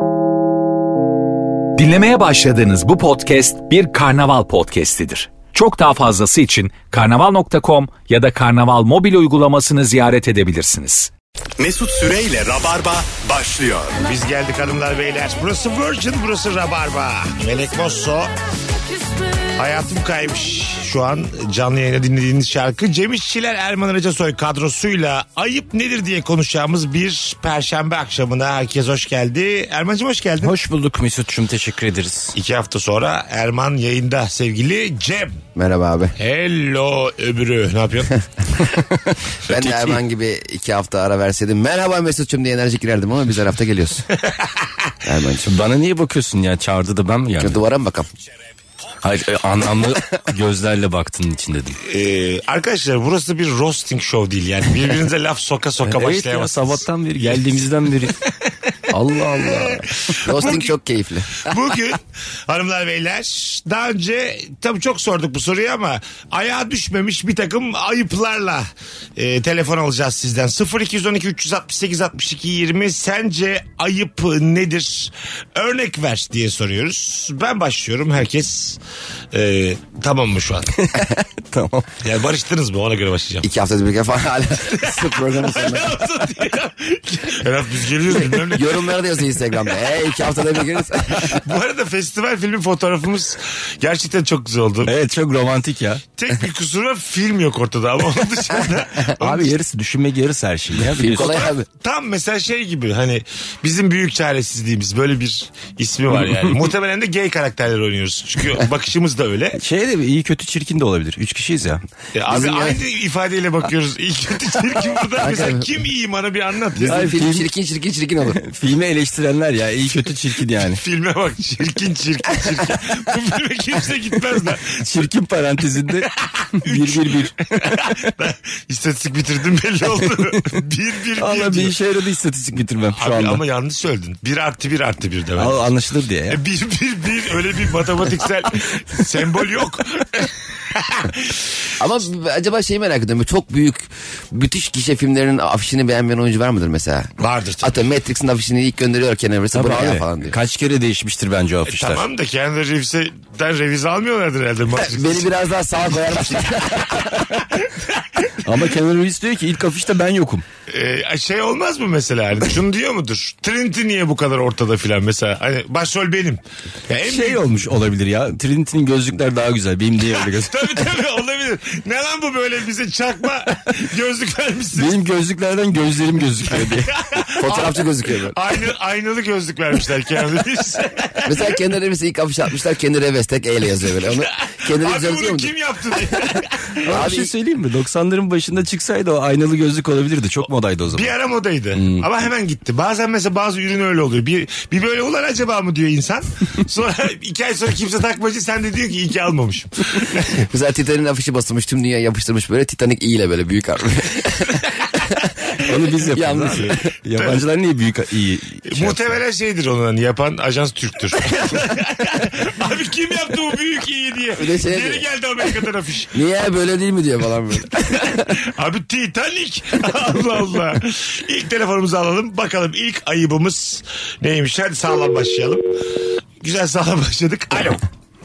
Dinlemeye başladığınız bu podcast bir karnaval podcastidir. Çok daha fazlası için karnaval.com ya da karnaval mobil uygulamasını ziyaret edebilirsiniz. Mesut Süreyle Rabarba başlıyor. Biz geldik hanımlar beyler. Burası Virgin, burası Rabarba. Melek Mosso. Hayatım kaymış. Şu an canlı yayında dinlediğiniz şarkı Cem İşçiler, Erman Arıcasoy kadrosuyla ayıp nedir diye konuşacağımız bir perşembe akşamına herkes hoş geldi. Erman'cığım hoş geldin. Hoş bulduk Mesut'cum, teşekkür ederiz. 2 hafta sonra Erman yayında sevgili Cem. Merhaba abi. Hello öbürü, ne yapıyorsun? Ben de Erman gibi 2 hafta ara verseydim merhaba Mesut'cum diye enerjik girerdim ama biz her hafta geliyoruz. Erman'cığım. Bana niye bakıyorsun ya, çağırdı da ben mi geldim? Duvara mı bakalım? Hayır, anlamlı gözlerle baktığın için dedim. Arkadaşlar burası bir roasting show değil yani. Birbirinize laf soka Evet ya, başlayamazsınız. sabahtan beri, geldiğimizden beri. Allah Allah. Roasting çok keyifli. Bugün hanımlar beyler, daha önce tabii çok sorduk bu soruyu ama ayağa düşmemiş bir takım ayıplarla telefon alacağız sizden. 0212 368 62 20 sence ayıp nedir? Örnek ver diye soruyoruz. Ben başlıyorum, herkes tamam mı şu an? Tamam. Yani barıştınız mı, ona göre başlayacağım. 2 haftada bir kere falan hala programın sonunda. Herhalde biz geliyoruz bilmem ne. Yorumlara da yazıyor Instagram'da. 2 haftada bir gireriz. Bu arada festival filmi fotoğrafımız gerçekten çok güzel oldu. Evet, çok romantik ya. Tek bir kusur var, film yok ortada ama onun dışında. Abi yarısı düşünmek, yarısı her şey. Ya, Film kolay abi. Tam mesela şey gibi, hani bizim büyük çaresizliğimiz, böyle bir ismi var yani. Muhtemelen de gay karakterler oynuyoruz. Çünkü bakışımız da öyle. Şey de iyi kötü çirkin de olabilir. 3 kişiyiz ya. Abi aynı ifadeyle bakıyoruz. İyi kötü çirkin burada. Mesela kim iyi, bana bir anlat ya. Bizim film çirkin olur. Filmi eleştirenler ya, iyi kötü çirkin yani. Filme bak, çirkin. Bu filme kimse gitmez lan. Çirkin parantezinde 1-1-1. İstatistik bitirdim belli oldu. 1-1-1. Allah, bir işe yaradı istatistik bitirmem şu Abi anda. ama yanlış söyledin. 1+1+1 de ben. Anlaşılır diye ya. 1-1-1 öyle bir matematiksel sembol yok. Ama acaba şeyi merak ediyorum. Çok büyük, müthiş gişe filmlerinin afişini beğenmeyen oyuncu var mıdır mesela? Vardır tabii. Atıyorum Matrix'in afişini ilk gönderiyor Keanu Reeves'e. Bu ne ya falan diyor. Kaç kere değişmiştir bence o afişler. Tamam da Keanu Reeves'den revize almıyorlardır herhalde. Beni biraz daha sağa koyarmış. Ama Keanu Reeves diyor ki ilk afişte ben yokum. Şey olmaz mı mesela? Hani şunu diyor mudur? Trinity niye bu kadar ortada filan mesela? Hani başrol benim. Ya Şey olmuş olabilir ya. Trinity'nin gözlükler daha güzel. Benim diye öyle gözlük. Tabii olabilir. Ne lan bu böyle bize çakma gözlük vermişsin. Benim gözlüklerden gözlerim gözüküyor diye. Fotoğrafçı gözüküyor böyle. Aynalı gözlük vermişler Keanu Reeves'e. Mesela Keanu Reeves'e ilk afiş atmışlar. Keanu Reeves tek E ile yazıyor böyle. Onu Keanu Reeves Abi yazıyor bunu mu? kim yaptı diye. Ama bir şey söyleyeyim mi? 90'ların başında çıksaydı o aynalı gözlük olabilirdi. Çok modaydı o zaman. Bir ara modaydı. Ama hemen gitti. Bazen mesela bazı ürün öyle oluyor. Bir böyle ulan acaba mı diyor insan. Sonra 2 ay sonra kimse takmacı, sen de diyor ki iyi ki almamışım. Mesela Titanic'in afişi basılmış, tüm dünya yapıştırmış böyle. Titanic iyi ile böyle büyük harf. Onu biz yapıyoruz. Yanlış. Abi. Yabancılar niye büyük iyi Muhtemelen şeydir onu hani yapan, ajans Türktür. Abi kim yaptı bu büyük iyi diye. Bir de şey Geri diyor. geldi Amerika'dan afiş. Niye böyle değil mi diye falan böyle. Abi Titanic. Allah Allah. İlk telefonumuzu alalım. Bakalım ilk ayıbımız neymiş. Hadi sağlam başlayalım. Güzel sağlam başladık. Alo.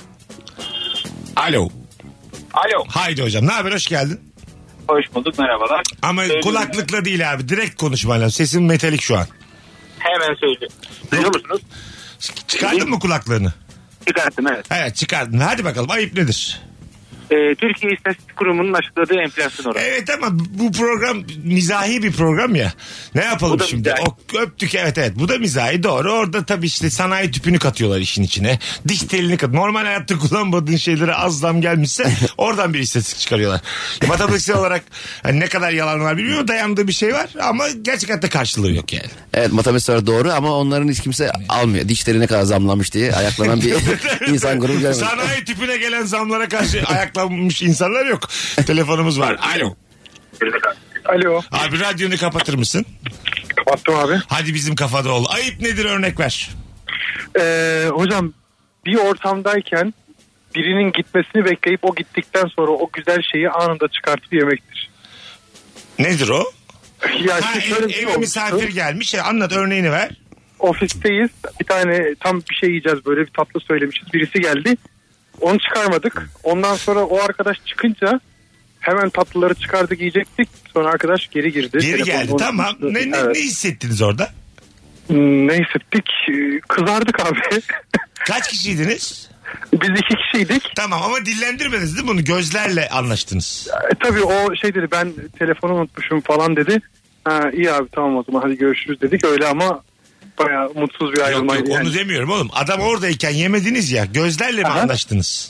Alo. Alo. Haydi hocam, ne haber, hoş geldin. Hoş bulduk, merhabalar. Ama kulaklıkla değil abi, direkt konuşman lazım. Sesin metalik şu an. Hemen söyleyeyim. Duyuyor musunuz? Çıkardın mı kulaklığını? Çıkarttım, evet. Evet, çıkardın. Hadi bakalım, ayıp nedir? Türkiye İstatistik Kurumu'nun açıkladığı enflasyon oranı. Evet ama bu program mizahi bir program ya. Ne yapalım şimdi? Mizahi. Öptük, evet. Bu da mizahi, doğru. Orada tabii işte sanayi tüpünü katıyorlar işin içine. Diş telini kat. Normal hayatta kullanmadığın şeylere az zam gelmişse oradan bir istatistik çıkarıyorlar. Matematiksel olarak hani ne kadar yalan var bilmiyorum, dayandığı bir şey var ama gerçek hayatta karşılığı yok yani. Evet, matematik olarak doğru ama onların hiç kimse almıyor. Dişleri ne kadar zamlanmış diye ayaklanan bir insan grubu görmedim. Sanayi tüpüne gelen zamlara karşı ayaklanmış insanlar yok. Telefonumuz var. Alo. Alo. Abi radyonu kapatır mısın? Kapattım abi. Hadi bizim kafada ol. Ayıp nedir, örnek ver. Hocam, bir ortamdayken birinin gitmesini bekleyip o gittikten sonra o güzel şeyi anında çıkartıp yemektir. Nedir o? Ya Ha, şöyle bir şey eve olmuştu. misafir gelmiş. Anlat, örneğini ver. ofisteyiz. Bir tane tam bir şey yiyeceğiz, böyle bir tatlı söylemişiz. Birisi geldi. Onu çıkarmadık. Ondan sonra o arkadaş çıkınca hemen tatlıları çıkardık, yiyecektik. Sonra arkadaş geri girdi. Geri geldi, tamam. Ne hissettiniz orada? Ne hissettik? Kızardık abi. Kaç kişiydiniz? Biz 2 kişiydik. Tamam ama dillendirmediniz değil mi bunu? Gözlerle anlaştınız. Tabii o şey dedi, ben telefonu unutmuşum falan dedi. Ha, iyi abi tamam o zaman hadi görüşürüz dedik öyle ama bayağı mutsuz bir ayrılmaydı. Yok, onu demiyorum oğlum. Adam oradayken yemediniz ya, gözlerle mi anlaştınız?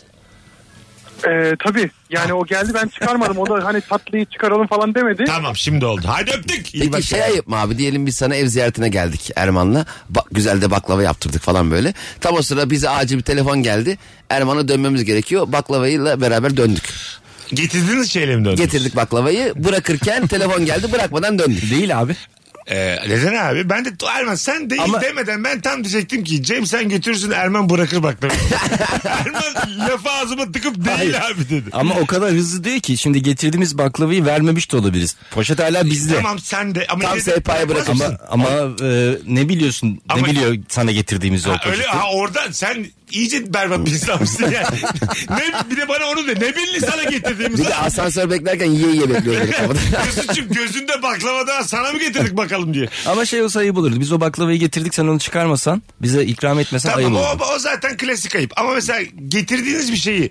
Tabii yani o geldi, ben çıkarmadım. O da hani tatlıyı çıkaralım falan demedi. Tamam, şimdi oldu. Hadi öptük. İyi Peki şey ayıp mı abi? Diyelim biz sana ev ziyaretine geldik Erman'la. Güzel de baklava yaptırdık falan böyle. Tam o sıra bize acil bir telefon geldi. Erman'a dönmemiz gerekiyor. Baklavayla beraber döndük. Getirdiniz şeyle mi döndünüz? Getirdik baklavayı. Bırakırken telefon geldi, bırakmadan döndük. Değil abi. Neden abi? Ben de Erman sen değil demeden ben tam diyecektim ki Cem sen götürürsün, Erman bırakır baklavayı. Erman lafı ağzıma tıkıp değil abi dedi. Ama o kadar hızlı değil ki. Şimdi getirdiğimiz baklavayı vermemiş de olabiliriz. Poşet hala bizde. Tamam sen de. Ama tam sehpaya bırakırsın. Ama ne biliyorsun? Ne biliyor sana getirdiğimiz o poşeti? Öyle oradan sen iyice berbat bir insanmışsın yani. Bir de bana onu de. Ne billi sana getirdiğimiz. Bir de asansör beklerken yiye bekliyoruz. Mesut'cum gözünde baklava daha sana mı getirdik bakalım diye. Ama şey olsa ayıp olurdu. Biz o baklavayı getirdik, sen onu çıkarmasan, bize ikram etmesen ayıp olurdu. Tamam o zaten klasik ayıp. Ama mesela getirdiğiniz bir şeyi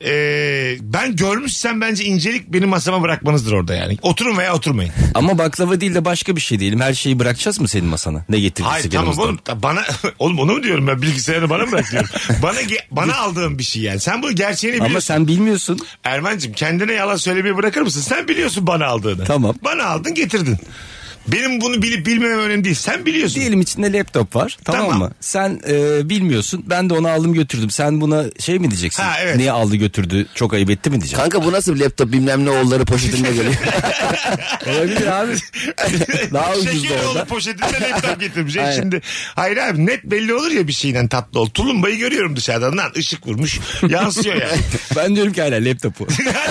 ben görmüşsem bence incelik benim masama bırakmanızdır orada yani. Oturun veya oturmayın. Ama baklava değil de başka bir şey diyelim. Her şeyi bırakacağız mı senin masana? Ne getirdiyse Hayır tamam oğlum. Oğlum onu mu diyorum ben, bilgisayarını bana mı bırakıyorum? Bana aldığım bir şey yani. Sen bu gerçeğini biliyorsun. Ama sen bilmiyorsun. Erman'cığım kendine yalan söylemeyi bırakır mısın? Sen biliyorsun bana aldığını. Tamam. Bana aldın getirdin. Benim bunu bilip bilmemem önemli değil. Sen biliyorsun. Diyelim içinde laptop var. Tamam mı? Sen bilmiyorsun. Ben de onu aldım götürdüm. Sen buna şey mi diyeceksin? Ha, evet. Niye aldı götürdü? Çok ayıp etti mi diyeceksin? Kanka bu nasıl bir laptop, bilmem ne oğulları poşetinde geliyor. Olabilir abi. Daha ucuz da Şekeroğlu orada. poşetinde laptop getirmiş. Şimdi hayır abi, net belli olur ya bir şeyden tatlı ol. Tulumbayı görüyorum dışarıdan lan, ışık vurmuş. Yansıyor yani. Ben diyorum ki hala laptopu.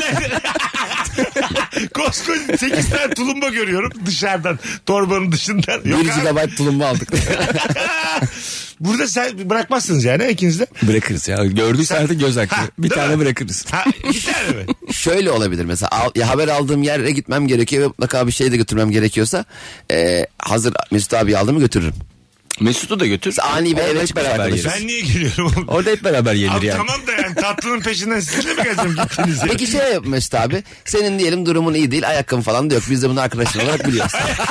Koskoca 8 tane tulumba görüyorum dışarıdan, torbanın dışından. 1 GB tulumba aldık. Burada sen bırakmazsınız yani ikiniz de. Bırakırız ya. Gördüysen artık göz hakkı. Bir tane bırakırız. Bir tane mi? Şöyle olabilir mesela, haber aldığım yere gitmem gerekiyor ve mutlaka bir şey de götürmem gerekiyorsa hazır Mesut abi aldığımı götürürüm. Mesut'u da götür. Ani bir Orada eve hep çıkmış beraber arkadaşım. yeriz. Ben niye gülüyorum oğlum? Orada hep beraber yenir Abi yani. tamam da yani tatlının peşinden sizinle mi geleceğim gittiniz ya? Peki şey yap Mesut abi, senin diyelim durumun iyi değil, ayakkabı falan da yok, biz de bunu arkadaşın olarak biliyoruz.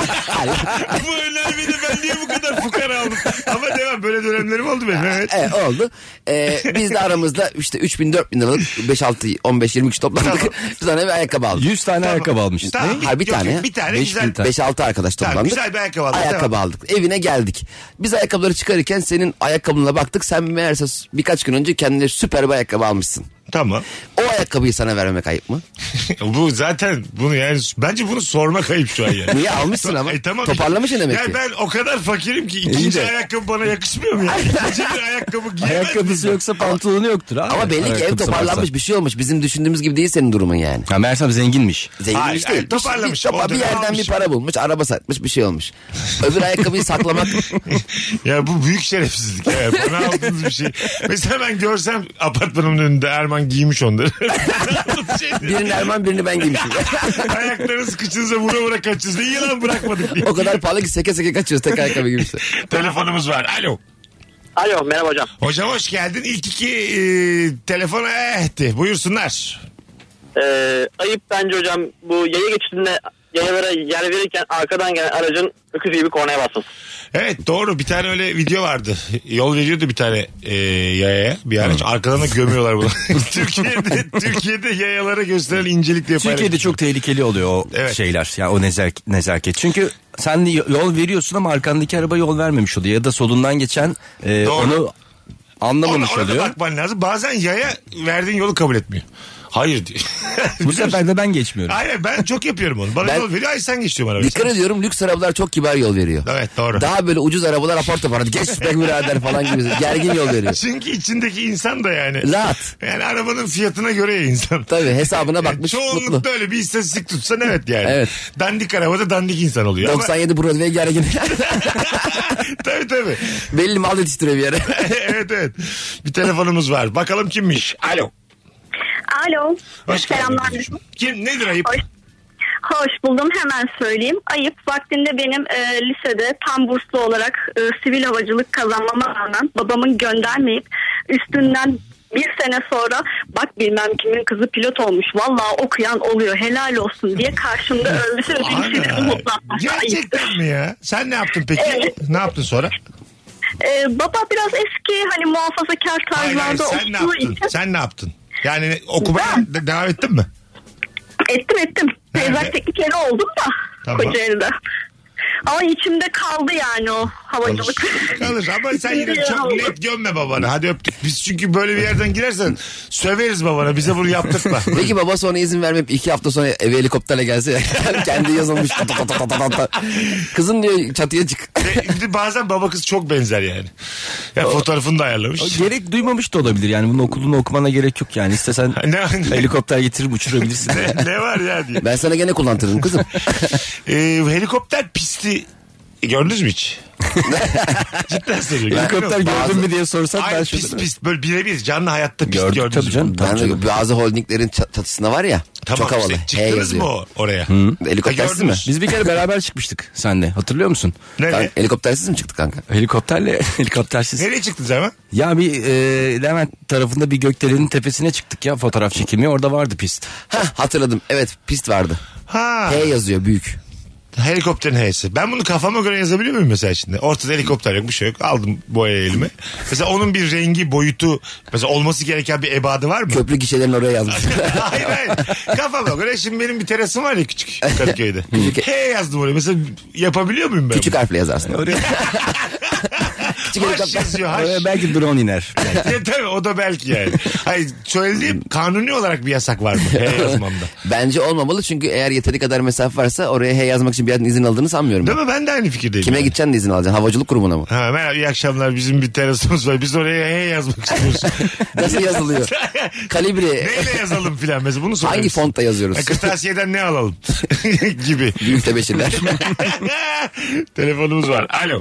Bu önermedi, ben niye bu kadar fukara aldım? Ama devam, böyle dönemlerim oldu benim. Evet. Evet oldu. Biz de aramızda işte 3.000-4.000 liralık 5-6-15-20 kişi toplandık. Bir tane bir ayakkabı aldık. 100 tane ayakkabı almışız. Tamam. Hayır, bir Yok, tane. Bir tane 5.000 güzel. tane. 5-6 arkadaş Tamam, toplandık. güzel bir ayakkabı aldık. Ayakkabı Tamam. aldık. Evine geldik. Biz ayakkabıları çıkarırken senin ayakkabınla baktık. Sen meğerse birkaç gün önce kendine süper bir ayakkabı almışsın. Tamam. O ayakkabıyı sana vermemek ayıp mı? Bu zaten bunu yani bence bunu sormak ayıp şu an yani. Niye almışsın ama? Tamam. Toparlamışsın demek yani ki. ben o kadar fakirim ki ikinci ayakkabı bana yakışmıyor mu yani? İkinci bir ayakkabı giyemez Ayakkabısı miyim? yoksa pantolonu yoktur abi. Ama belli ki ev Ayakkabısı toparlanmış, varsa. bir şey olmuş. Bizim düşündüğümüz gibi değil senin durumun yani. Ha, meğersem zenginmiş. Zenginmiş Hayır, değil. toparlamış. Bir yerden Almış. bir para bulmuş, araba satmış, bir şey olmuş. Öbür ayakkabıyı saklamak. Ya bu büyük şerefsizlik. Ya. Bana aldığınız bir şey. Mesela ben görsem apartmanımın önünde Erman giymiş onları. Birini Erman, birini ben giymişim. Ayaklarınız kıçınıza vura vura kaçıyoruz. İyi lan bırakmadık diye. O kadar pahalı ki seke seke kaçıyoruz, tek ayakkabı giymişler. Telefonumuz var. Alo. Alo, merhaba hocam. Hocam hoş geldin. İlk iki telefona ehti. Buyursunlar. Ayıp bence hocam, bu yaya geçidinde yayalara yer verirken arkadan gelen aracın öküz gibi kornaya basın. Evet doğru, bir tane öyle video vardı. Yol veriyordu bir tane yayaya bir araç. Arkadan da gömüyorlar bunu. Türkiye'de yayalara gösteren incelik diye Türkiye'de çok tehlikeli oluyor o Evet. şeyler. Yani o nezaket. Çünkü sen yol veriyorsun ama arkandaki araba yol vermemiş oluyor. Ya da solundan geçen onu anlamamış Ona da oluyor. bakman lazım. Bazen yaya verdiğin yolu kabul etmiyor. Hayır diyor. Bu sefer de ben geçmiyorum. Hayır ben çok yapıyorum onu. Bana Ben- yol veriyor. Ay sen geç diyorum arabaya. Dikkat ediyorum, lüks arabalar çok kibar yol veriyor. Evet doğru. Daha böyle ucuz arabalar apar topar. Geç be birader falan gibi gergin yol veriyor. Çünkü içindeki insan da yani. Rahat. Yani arabanın fiyatına göre ya insan. Tabii hesabına bakmış Çoğunlukla mutlu. öyle bir istatistik tutsan evet yani. Evet. Dandik arabada dandik insan oluyor. 97 Broadway gergin. Tabii tabii. Belli mal yetiştiriyor bir yere. Evet. Bir telefonumuz var. Bakalım kimmiş? Alo. Alo. Hoş Selamlar. geldin. Kim? Nedir ayıp? Hoş buldum, hemen söyleyeyim. Ayıp, vaktinde benim lisede tam burslu olarak sivil havacılık kazanmama rağmen babamın göndermeyip üstünden bir sene sonra bak bilmem kimin kızı pilot olmuş, vallahi okuyan oluyor, helal olsun diye karşımda övmesi ve beni sinirli mutlu. Gerçekten mi ya? Sen ne yaptın peki? Evet. Ne yaptın sonra? Baba biraz eski, hani muhafazakar Hayır, tarzlarda sen ne okuduğu yaptın? için. Sen ne yaptın? Yani okumaya devam ettin mi? Ettim. Nerede? Peyzaj teknikeri oldum da Tamam. Kocaeli'de. Ama içimde kaldı yani o havacılık. Kalır ama sen yine çok net gömme babana. Hadi öptük. Biz çünkü böyle bir yerden girersen söveriz babana. Bize bunu yaptırtma. Peki baba sonra izin vermeyip 2 hafta sonra eve helikopterle gelse ya. Kendi yazılmış. Kızım diyor çatıya çık. Bir de bazen baba kız çok benzer yani. Ya fotoğrafını da ayarlamış. O gerek duymamış da olabilir yani bunun okulunu okumana gerek yok yani istesen Ne, helikopter getirip uçurabilirsin. ne var ya diye. Ben sana gene kullandırırım kızım. Helikopter pisti gördünüz mü hiç? Cidden söylüyorum. Helikopter gördün mü diye sorsan ben Ay şöyle. pist böyle birebir canlı hayatta pist Gördük gördünüz tabii mü? canım. Ben de bazı holdinglerin çatısında var ya. Tamam, çok havalı. işte H çıktınız mı yazıyor. oraya? Helikoptersiz mi? Biz bir kere beraber çıkmıştık senle hatırlıyor musun? Nereye? Helikoptersiz mi çıktık kanka? Helikoptersiz. Nereye çıktınız ama? Ya bir Levent tarafında bir gökdelenin tepesine çıktık ya fotoğraf çekilmeye orada vardı pist. Hatırladım. Evet pist vardı. Ha. H yazıyor büyük. Helikopterin H'si. Ben bunu kafama göre yazabiliyor muyum mesela şimdi? Ortada helikopter yok, bir şey yok. Aldım boyayı elime. Mesela onun bir rengi, boyutu, mesela olması gereken bir ebadı var mı? Köprü gişelerini oraya yazmış. hayır. Kafama göre şimdi benim bir terasım var ya küçük Kadıköy'de. H yazdım oraya. Mesela yapabiliyor muyum ben? Küçük harfle yazarsın. Oraya Küçük Haş helikopter. yazıyor haş. oraya belki drone iner. Ya, tabii o da belki yani. Hayır söylediğim kanuni olarak bir yasak var mı? H yazmamda. Bence olmamalı çünkü eğer yeteri kadar mesafe varsa oraya H yazmak için bir yerden izin aldığını sanmıyorum. Değil mi? Ben de aynı fikirdeyim. Kime yani. gideceksin de izin alacaksın? Havacılık kurumuna mı? Ha, merhaba iyi akşamlar, bizim bir terasımız var. Biz oraya H yazmak istiyoruz. Nasıl yazılıyor? Kalibre. Neyle yazalım filan mesela bunu soruyoruz. Hangi fontta yazıyoruz? Kırtasiyeden ne alalım gibi. Büyük tebeşirler. Telefonumuz var. Alo.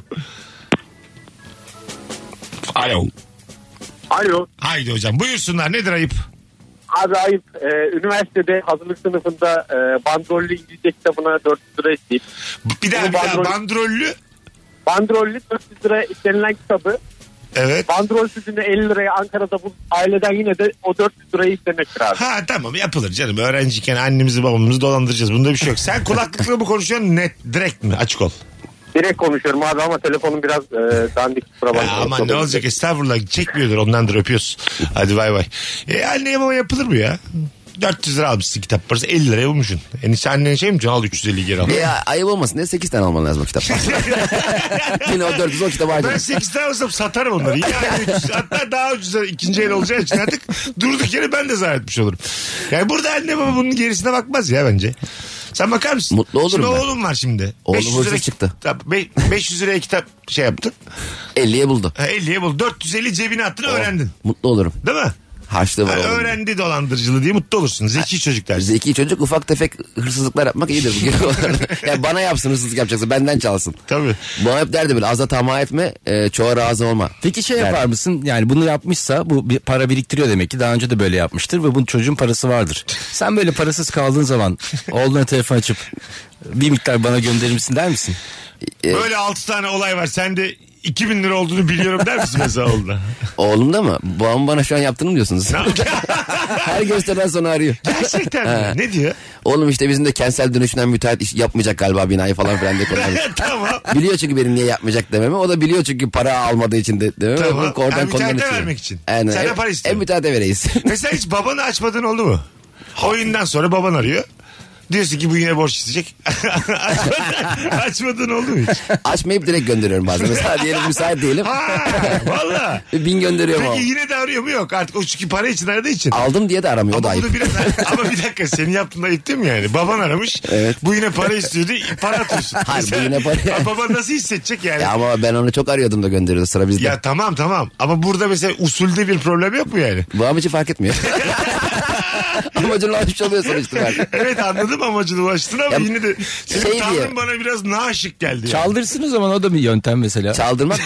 Alo. Alo. Haydi hocam buyursunlar, nedir ayıp? Abi ayıp. Üniversitede hazırlık sınıfında bandrollü İngilizce kitabına 400 lira isteyip. Bir daha bandrollü. Bandrollü 400 lira istenilen kitabı Evet. bandrolsüzünü 50 liraya Ankara'da bu aileden yine de o 400 lirayı istemektir abi. Ha tamam yapılır canım, öğrenciyken annemizi babamızı dolandıracağız, bunda bir şey yok. Sen kulaklıkla mı konuşuyorsun, net direkt mi, açık ol. Direkt konuşuyorum abi ama telefonum biraz dandik. Aman ne olacak, estağfurullah, çekmiyordur ondandır, öpüyoruz. Hadi bay bay. Anneye baba yapılır mı ya? 400 lira almışsın kitap parası, 50 liraya bulmuşsun. Yani sen annene şey mi diyorsun, al 350 geri al. Ayıp olmasın diye 8 tane alman lazım o kitap. Yine o 400 o kitap Ben harcadım. 8 tane alsam satarım onları. Yani hatta daha ucuz ikinci el olacağı için artık durduk yere ben de zarar etmiş olurum. Yani burada anne baba bunun gerisine bakmaz ya bence. Sen bakar mısın? Mutlu olurum şimdi ben. oğlum var şimdi. Oğlum 500 hırsız lira çıktı. 500 liraya kitap şey yaptın. 50'ye buldu. 50'ye bul. 450 cebine attın, öğrendin. Mutlu olurum. Değil mi? Harçlığı var oğlum. Öğrendi dolandırıcılığı diye mutlu olursun. Zeki çocuk dersin. Zeki çocuk ufak tefek hırsızlıklar yapmak iyidir. Yani bana yapsın hırsızlık yapacaksa benden çalsın. Tabii. Bu hep derdi böyle, aza tamah etme, çoğa razı olma. Peki şey Der. yapar mısın? Yani bunu yapmışsa bu bir para biriktiriyor demek ki. Daha önce de böyle yapmıştır ve bunun çocuğun parası vardır. Sen böyle parasız kaldığın zaman oğluna telefon açıp bir miktar bana gönderir misin der misin? Böyle 6 tane olay var. Sen de 2000 lira olduğunu biliyorum der misin mesela oğluna? Oğlum da mı? Babam bana şu an yaptığını mı diyorsunuz? Her gösteriden sonra arıyor. Gerçekten mi? Ne diyor? Oğlum işte bizim de kentsel dönüşümden müteahhit iş yapmayacak galiba binayı falan filan diye konuşuyoruz. Tamam. Biliyor çünkü benim niye yapmayacak dememi. O da biliyor çünkü para almadığı için de dememi. Tamam. Oradan Ha, müteahhite konudan vermek için. Aynen. Sen de para istiyorsun. En müteahhite vereyiz. Mesela hiç babanı açmadığın oldu mu? Oyundan sonra baban arıyor. Diyorsun ki bu yine borç isteyecek. Açmadın oldu mu hiç? Açmayıp direkt gönderiyorum bazen. Mesela diyelim müsait değilim. Valla. 1000 gönderiyorum. Peki yine de arıyor mu? Yok artık o çünkü para için aradığı için. Aldım diye de aramıyor. O da ayıp. Ama bir dakika senin yaptığın ayıp değil mi yani? Baban aramış. Evet. Bu yine para istiyordu. Para atıyorsun. Hayır bu yine para. Baban nasıl hissedecek yani? Ya ama ben onu çok arıyordum da gönderiyordu, sıra bizde. Ya tamam. Ama burada mesela usulde bir problem yok mu yani? Bu amacı fark etmiyor. Amacına ulaşmış oluyor sonuçta. Evet anladım amacına ulaştın ama Ya, yine de senin şey tavrın diye. bana biraz naşık geldi. Yani. Çaldırsın o zaman, o da bir yöntem mesela. Çaldırmak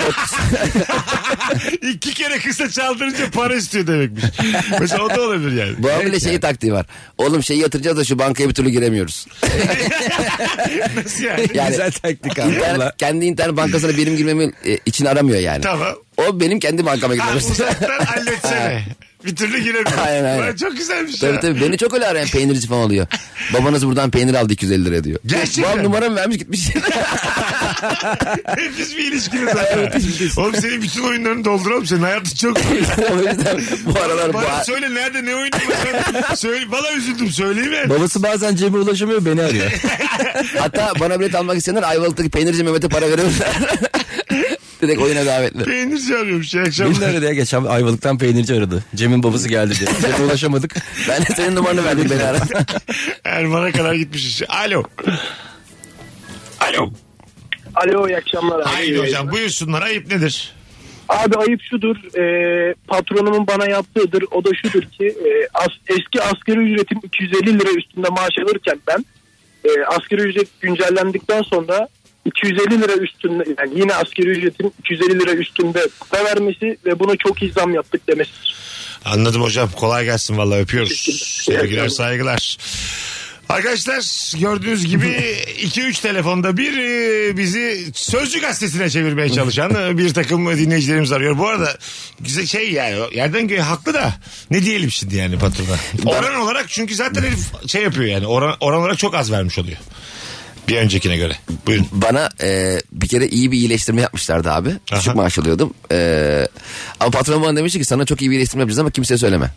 2 kere kısa çaldırınca para istiyor demekmiş. Mesela o da olabilir yani. Bu an bile şeyi taktiği var. Oğlum şeyi yatıracağız da şu bankaya bir türlü giremiyoruz. Nasıl yani? Yani Güzel taktik abi. Valla. kendi internet bankasına benim girmemi için aramıyor yani. Tamam. O benim kendi bankama Ha, girmemi. uzaktan halletsene. Bir türlü giremiyor. Aynen. Çok güzelmiş Tabii ya. tabii beni çok öyle arayan peynirci falan oluyor. Babanız buradan peynir aldı 250 lira diyor. Gerçekten. Babam numaramı vermiş gitmiş. Nefis bir ilişkiniz var. Oğlum senin bütün oyunlarını dolduralım. Senin hayatın çok zor. O yüzden bu aralar Bana söyle nerede ne oyunu var? Söyle, bana üzüldüm söyleyeyim mi? Babası bazen Cem'e ulaşamıyor, beni arıyor. hatta bana bilet almak isteyenler Ayvalık'taki peynirci Mehmet'e para veriyorlar. Direkt oyuna davetli. Peynirci arıyormuş ya akşam. Beni de aradı ya, geçen Ayvalık'tan peynirci aradı. Cem'in babası geldi diye. Cem'e ulaşamadık. Ben de senin numaranı verdim, beni ara. Erman'a kadar gitmiş işi. Alo. Alo, iyi akşamlar abi. Haydi hocam buyursunlar, ayıp nedir? Abi ayıp şudur, patronumun bana yaptığıdır. O da şudur ki eski asgari ücretim 250 lira üstünde maaş alırken ben asgari ücret güncellendikten sonra 250 lira üstünde, yani yine asgari ücretin 250 lira üstünde para vermesi ve buna çok zam yaptık demesidir. Anladım hocam, kolay gelsin vallahi, öpüyoruz. Sevgiler saygılar. Arkadaşlar gördüğünüz gibi 2-3 telefonda bir bizi Sözcü gazetesine çevirmeye çalışan bir takım dinleyicilerimiz arıyor. Bu arada güzel şey yani, yerden göğe haklı da ne diyelim şimdi yani patrona. Oran olarak çünkü zaten herif şey yapıyor yani, oran olarak çok az vermiş oluyor. Bir öncekine göre. Buyurun. Bana bir kere iyi bir iyileştirme yapmışlardı abi. Düşük maaş alıyordum. Ama patron bana demişti ki sana çok iyi bir iyileştirme yapacağız ama kimseye söyleme.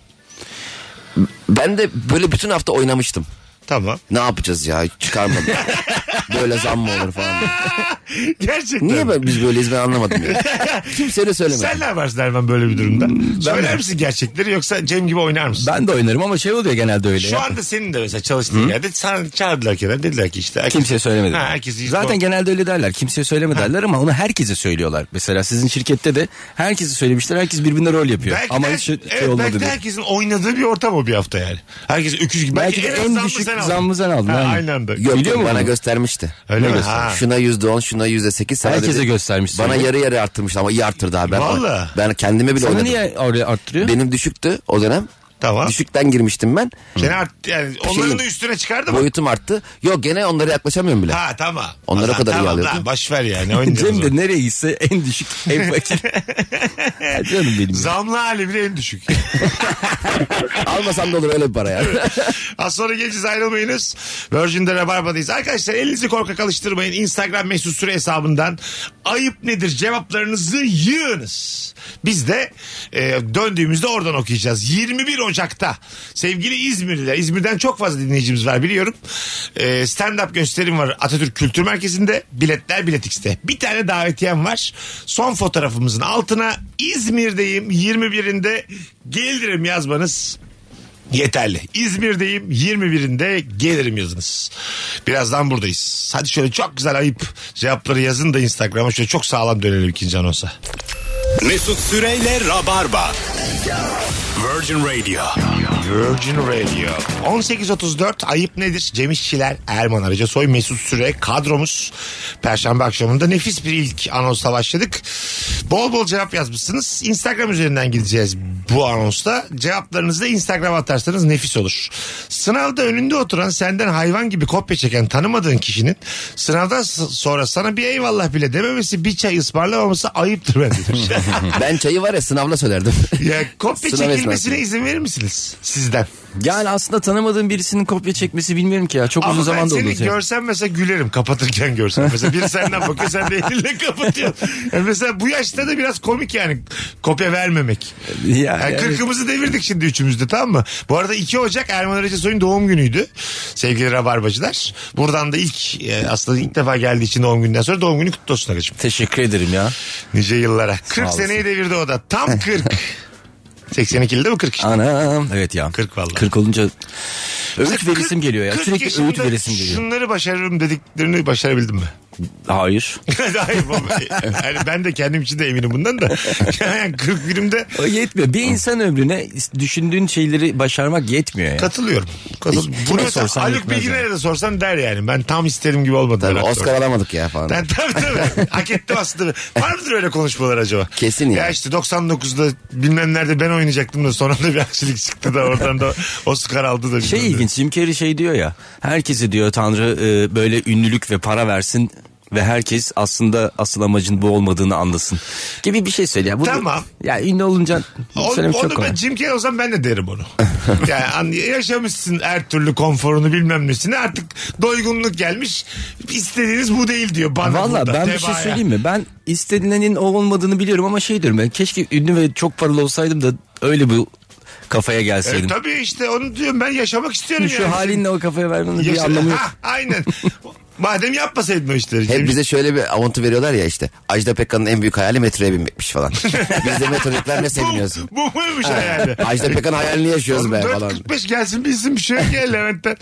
Ben de böyle bütün hafta oynamıştım. Tamam. Ne yapacağız ya, çıkarmadım. Böyle zam mı olur falan. Gerçekten. Niye biz böyleyiz ben anlamadım ya. Kimseye de söyleme. Sen ne yaparsın Erman böyle bir durumda? Söyler misin gerçekleri yoksa Cem gibi oynar mısın? Ben de oynarım ama şey oluyor genelde öyle. Şu anda senin de mesela çalıştığın yerde sana çağırdılar kenara, dediler ki işte. Kimseye söylemedim. Zaten Genelde öyle derler. Kimseye söyleme derler ama onu herkese söylüyorlar. Mesela sizin şirkette de herkese söylemişler. Herkes birbirine rol yapıyor. belki ama de, hiç şey evet, olmadı belki de diye. herkesin oynadığı bir ortam o bir hafta yani. Herkes öküz gibi. Belki de en düşük zammı sen aldın. Aynı anda. Yok, Biliyor musun bana bunu? göstermişti. Öyle mi? Ha. Şuna %10, şuna %8. Sana Herkese dedi, göstermiş. bana yarı yarı arttırmıştı ama iyi arttırdı abi. Vallahi. Ben kendime bile Sana oynadım. niye oraya arttırıyor? Benim düşüktü o dönem. Tamam. Düşükten girmiştim ben. Seni yani onların da üstüne çıkardı mı? Boyutum arttı. Yok gene onlara yaklaşamıyorum bile. Ha tamam. Onlara o kadar iyi tamam, alıyordum. Tamam boş ver yani. Oynayacağız Cem de nereye gitse en düşük en fakir. Canım benim. Zamlı hali bile en düşük. Almasam da olur öyle bir para ya. Az sonra geleceğiz, ayrılmayınız. Virgin'de Rabarba'dayız. Arkadaşlar elinizi korkak alıştırmayın. Instagram mesut süre hesabından ayıp nedir cevaplarınızı yığınız. Biz de döndüğümüzde oradan okuyacağız. 21 Ocak'ta sevgili İzmirliler, İzmir'den çok fazla dinleyicimiz var biliyorum. Stand-up gösterim var Atatürk Kültür Merkezi'nde. Biletler Bilet X'te. Bir tane davetiyem var. Son fotoğrafımızın altına İzmir'deyim 21'inde gelirim yazmanız yeterli. İzmir'deyim 21'inde gelirim yazınız. Birazdan buradayız. Hadi şöyle çok güzel ayıp cevapları yazın da Instagram'a şöyle çok sağlam dönelim ikinci anonsa. Mesut Süreyle Rabarba. Virgin Radio. Virgin Radio. 18.34 ayıp nedir? Cem İşçiler, Erman Arıcasoy, Mesut Süre kadromuz. Perşembe akşamında nefis bir ilk anonsla başladık. Bol bol cevap yazmışsınız. Instagram üzerinden gideceğiz bu anonsta. Cevaplarınızı da Instagram'a atarsanız nefis olur. Sınavda önünde oturan senden hayvan gibi kopya çeken tanımadığın kişinin sınavdan sonra sana bir eyvallah bile dememesi, bir çay ısmarlamaması ayıptır bence. Ben çayı var ya sınavla söylerdim. Ya kopya Sınav çekilmesine esnasında. izin verir misiniz? Siz sizden. Yani aslında tanımadığım birisinin kopya çekmesi bilmiyorum ki ya. Çok uzun Ama ben zamanda oldu. seni görsem mesela gülerim kapatırken görsem. Mesela biri senden bakıyor sen de elinle kapatıyorsun. Yani mesela bu yaşta da biraz komik yani kopya vermemek. Yani 40'ımızı devirdik şimdi üçümüz de, tamam mı? Bu arada 2 Ocak Erman Arıca Soy'un doğum günüydü. Sevgili Rabarbacılar. Buradan da aslında ilk defa geldiği için doğum günden sonra doğum günü kutlu olsun Arıcığım. Teşekkür ederim ya. Nice yıllara. 40 seneyi devirdi o da. Tam 40. 82'li değil mi 40 işte? Anam. Evet ya. 40 vallahi. 40 olunca öğüt veresim geliyor ya. Sürekli öğüt veresim geliyor. Şunları başarırım dediklerini başarabildim mi? Hayır. Hayır baba. Yani ben de kendim için de eminim bundan da. Yani 41'imde. O yetmiyor. Bir insan ömrüne düşündüğün şeyleri başarmak yetmiyor ya. Katılıyorum. Bunu mesela Haluk Bilginer'e de sorsan der yani. Ben tam istediğim gibi olmadı. Tabii Oscar alamadık ya falan. Ben tabii. Hak ettim aslında. Var mıdır öyle konuşmalar acaba? Kesin ya. Ya işte 99'da bilmem nerede ben oynayacaktım da sonra da bir aksilik çıktı da oradan da Oscar aldı da. İlginç. Jim Carrey diyor ya. Herkese diyor Tanrı böyle ünlülük ve para versin ve herkes aslında asıl amacın bu olmadığını anlasın gibi bir şey söylüyor. Tamam. Ya ünlü olunca söylemek çok kolay. Ben Jim Carrey olsam ben de derim onu. Yani yaşamışsın her türlü konforunu bilmem nesini, artık doygunluk gelmiş, istediğiniz bu değil diyor bana. Valla ben bir şey söyleyeyim mi? Ben istediğinin o olmadığını biliyorum ama şey diyorum ben, keşke ünlü ve çok paralı olsaydım da öyle bu kafaya gelseydim. Tabii işte onu diyorum, ben yaşamak istiyorum. Şu halinle o kafaya vermenin bir anlamı yok. Aynen. Madem yapmasaydın o işleri. Hep bize şöyle bir avantı veriyorlar ya işte. Ajda Pekkan'ın en büyük hayali metroya binmekmiş falan. Biz de metronikler ne seviniyorsun? Bu muymuş hayali? Ajda Pekkan hayalini yaşıyoruz be falan. 4.45 gelsin bilsin bir şey yok ya Levent'ten.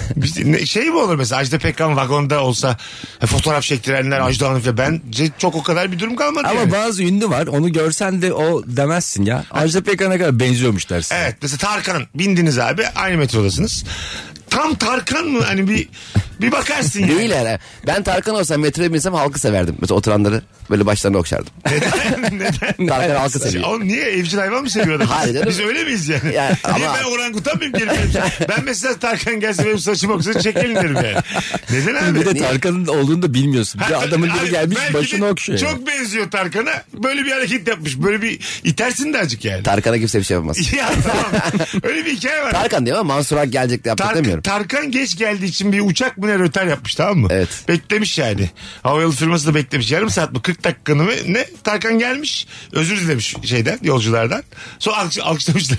Şey mi olur mesela Ajda Pekkan vagonda olsa fotoğraf çektirenler Ajda Hanım falan, bence çok o kadar bir durum kalmadı. Ama yani. Bazı ünlü var, onu görsen de o demezsin ya. Ajda Pekkan'a kadar benziyormuş dersin. Evet mesela Tarkan'ın bindiniz abi aynı metrodasınız. Tam Tarkan mı? Hani bir bakarsın ya. Değil yani. Ben Tarkan olsam metroya binsem halkı severdim. Mesela oturanları böyle başlarına okşardım. Neden? Tarkan halkı seviyor. Oğlum niye? Evcil hayvan mı seviyor adam? Hayır canım. Biz öyle miyiz yani? Yani Niye ama... ben orangutan mıyım gelip? Ben mesela Tarkan gelse benim saçım oksa çekelim derim yani. Neden abi? Bir de Tarkan'ın olduğunu da bilmiyorsun. Bir adamın biri gelmiş başını okşuyor. Çok benziyor Tarkan'a. Böyle bir hareket yapmış. Böyle bir itersin de azıcık yani. Tarkan'a kimse bir şey yapamaz. Ya tamam. Öyle bir hikaye var. Tarkan diyor ama Mansur Ak gelecek de yapacak demiyorum. Tarkan geç geldiği için bir uçak mı ne rötar yapmış, tamam mı? Evet. Beklemiş yani. Havayolu firması da beklemiş. Yarım saat mi 40 dakikanı mı ne? Tarkan gelmiş. Özür dilemiş şeyden, yolculardan. Sonra alkışlamışlar.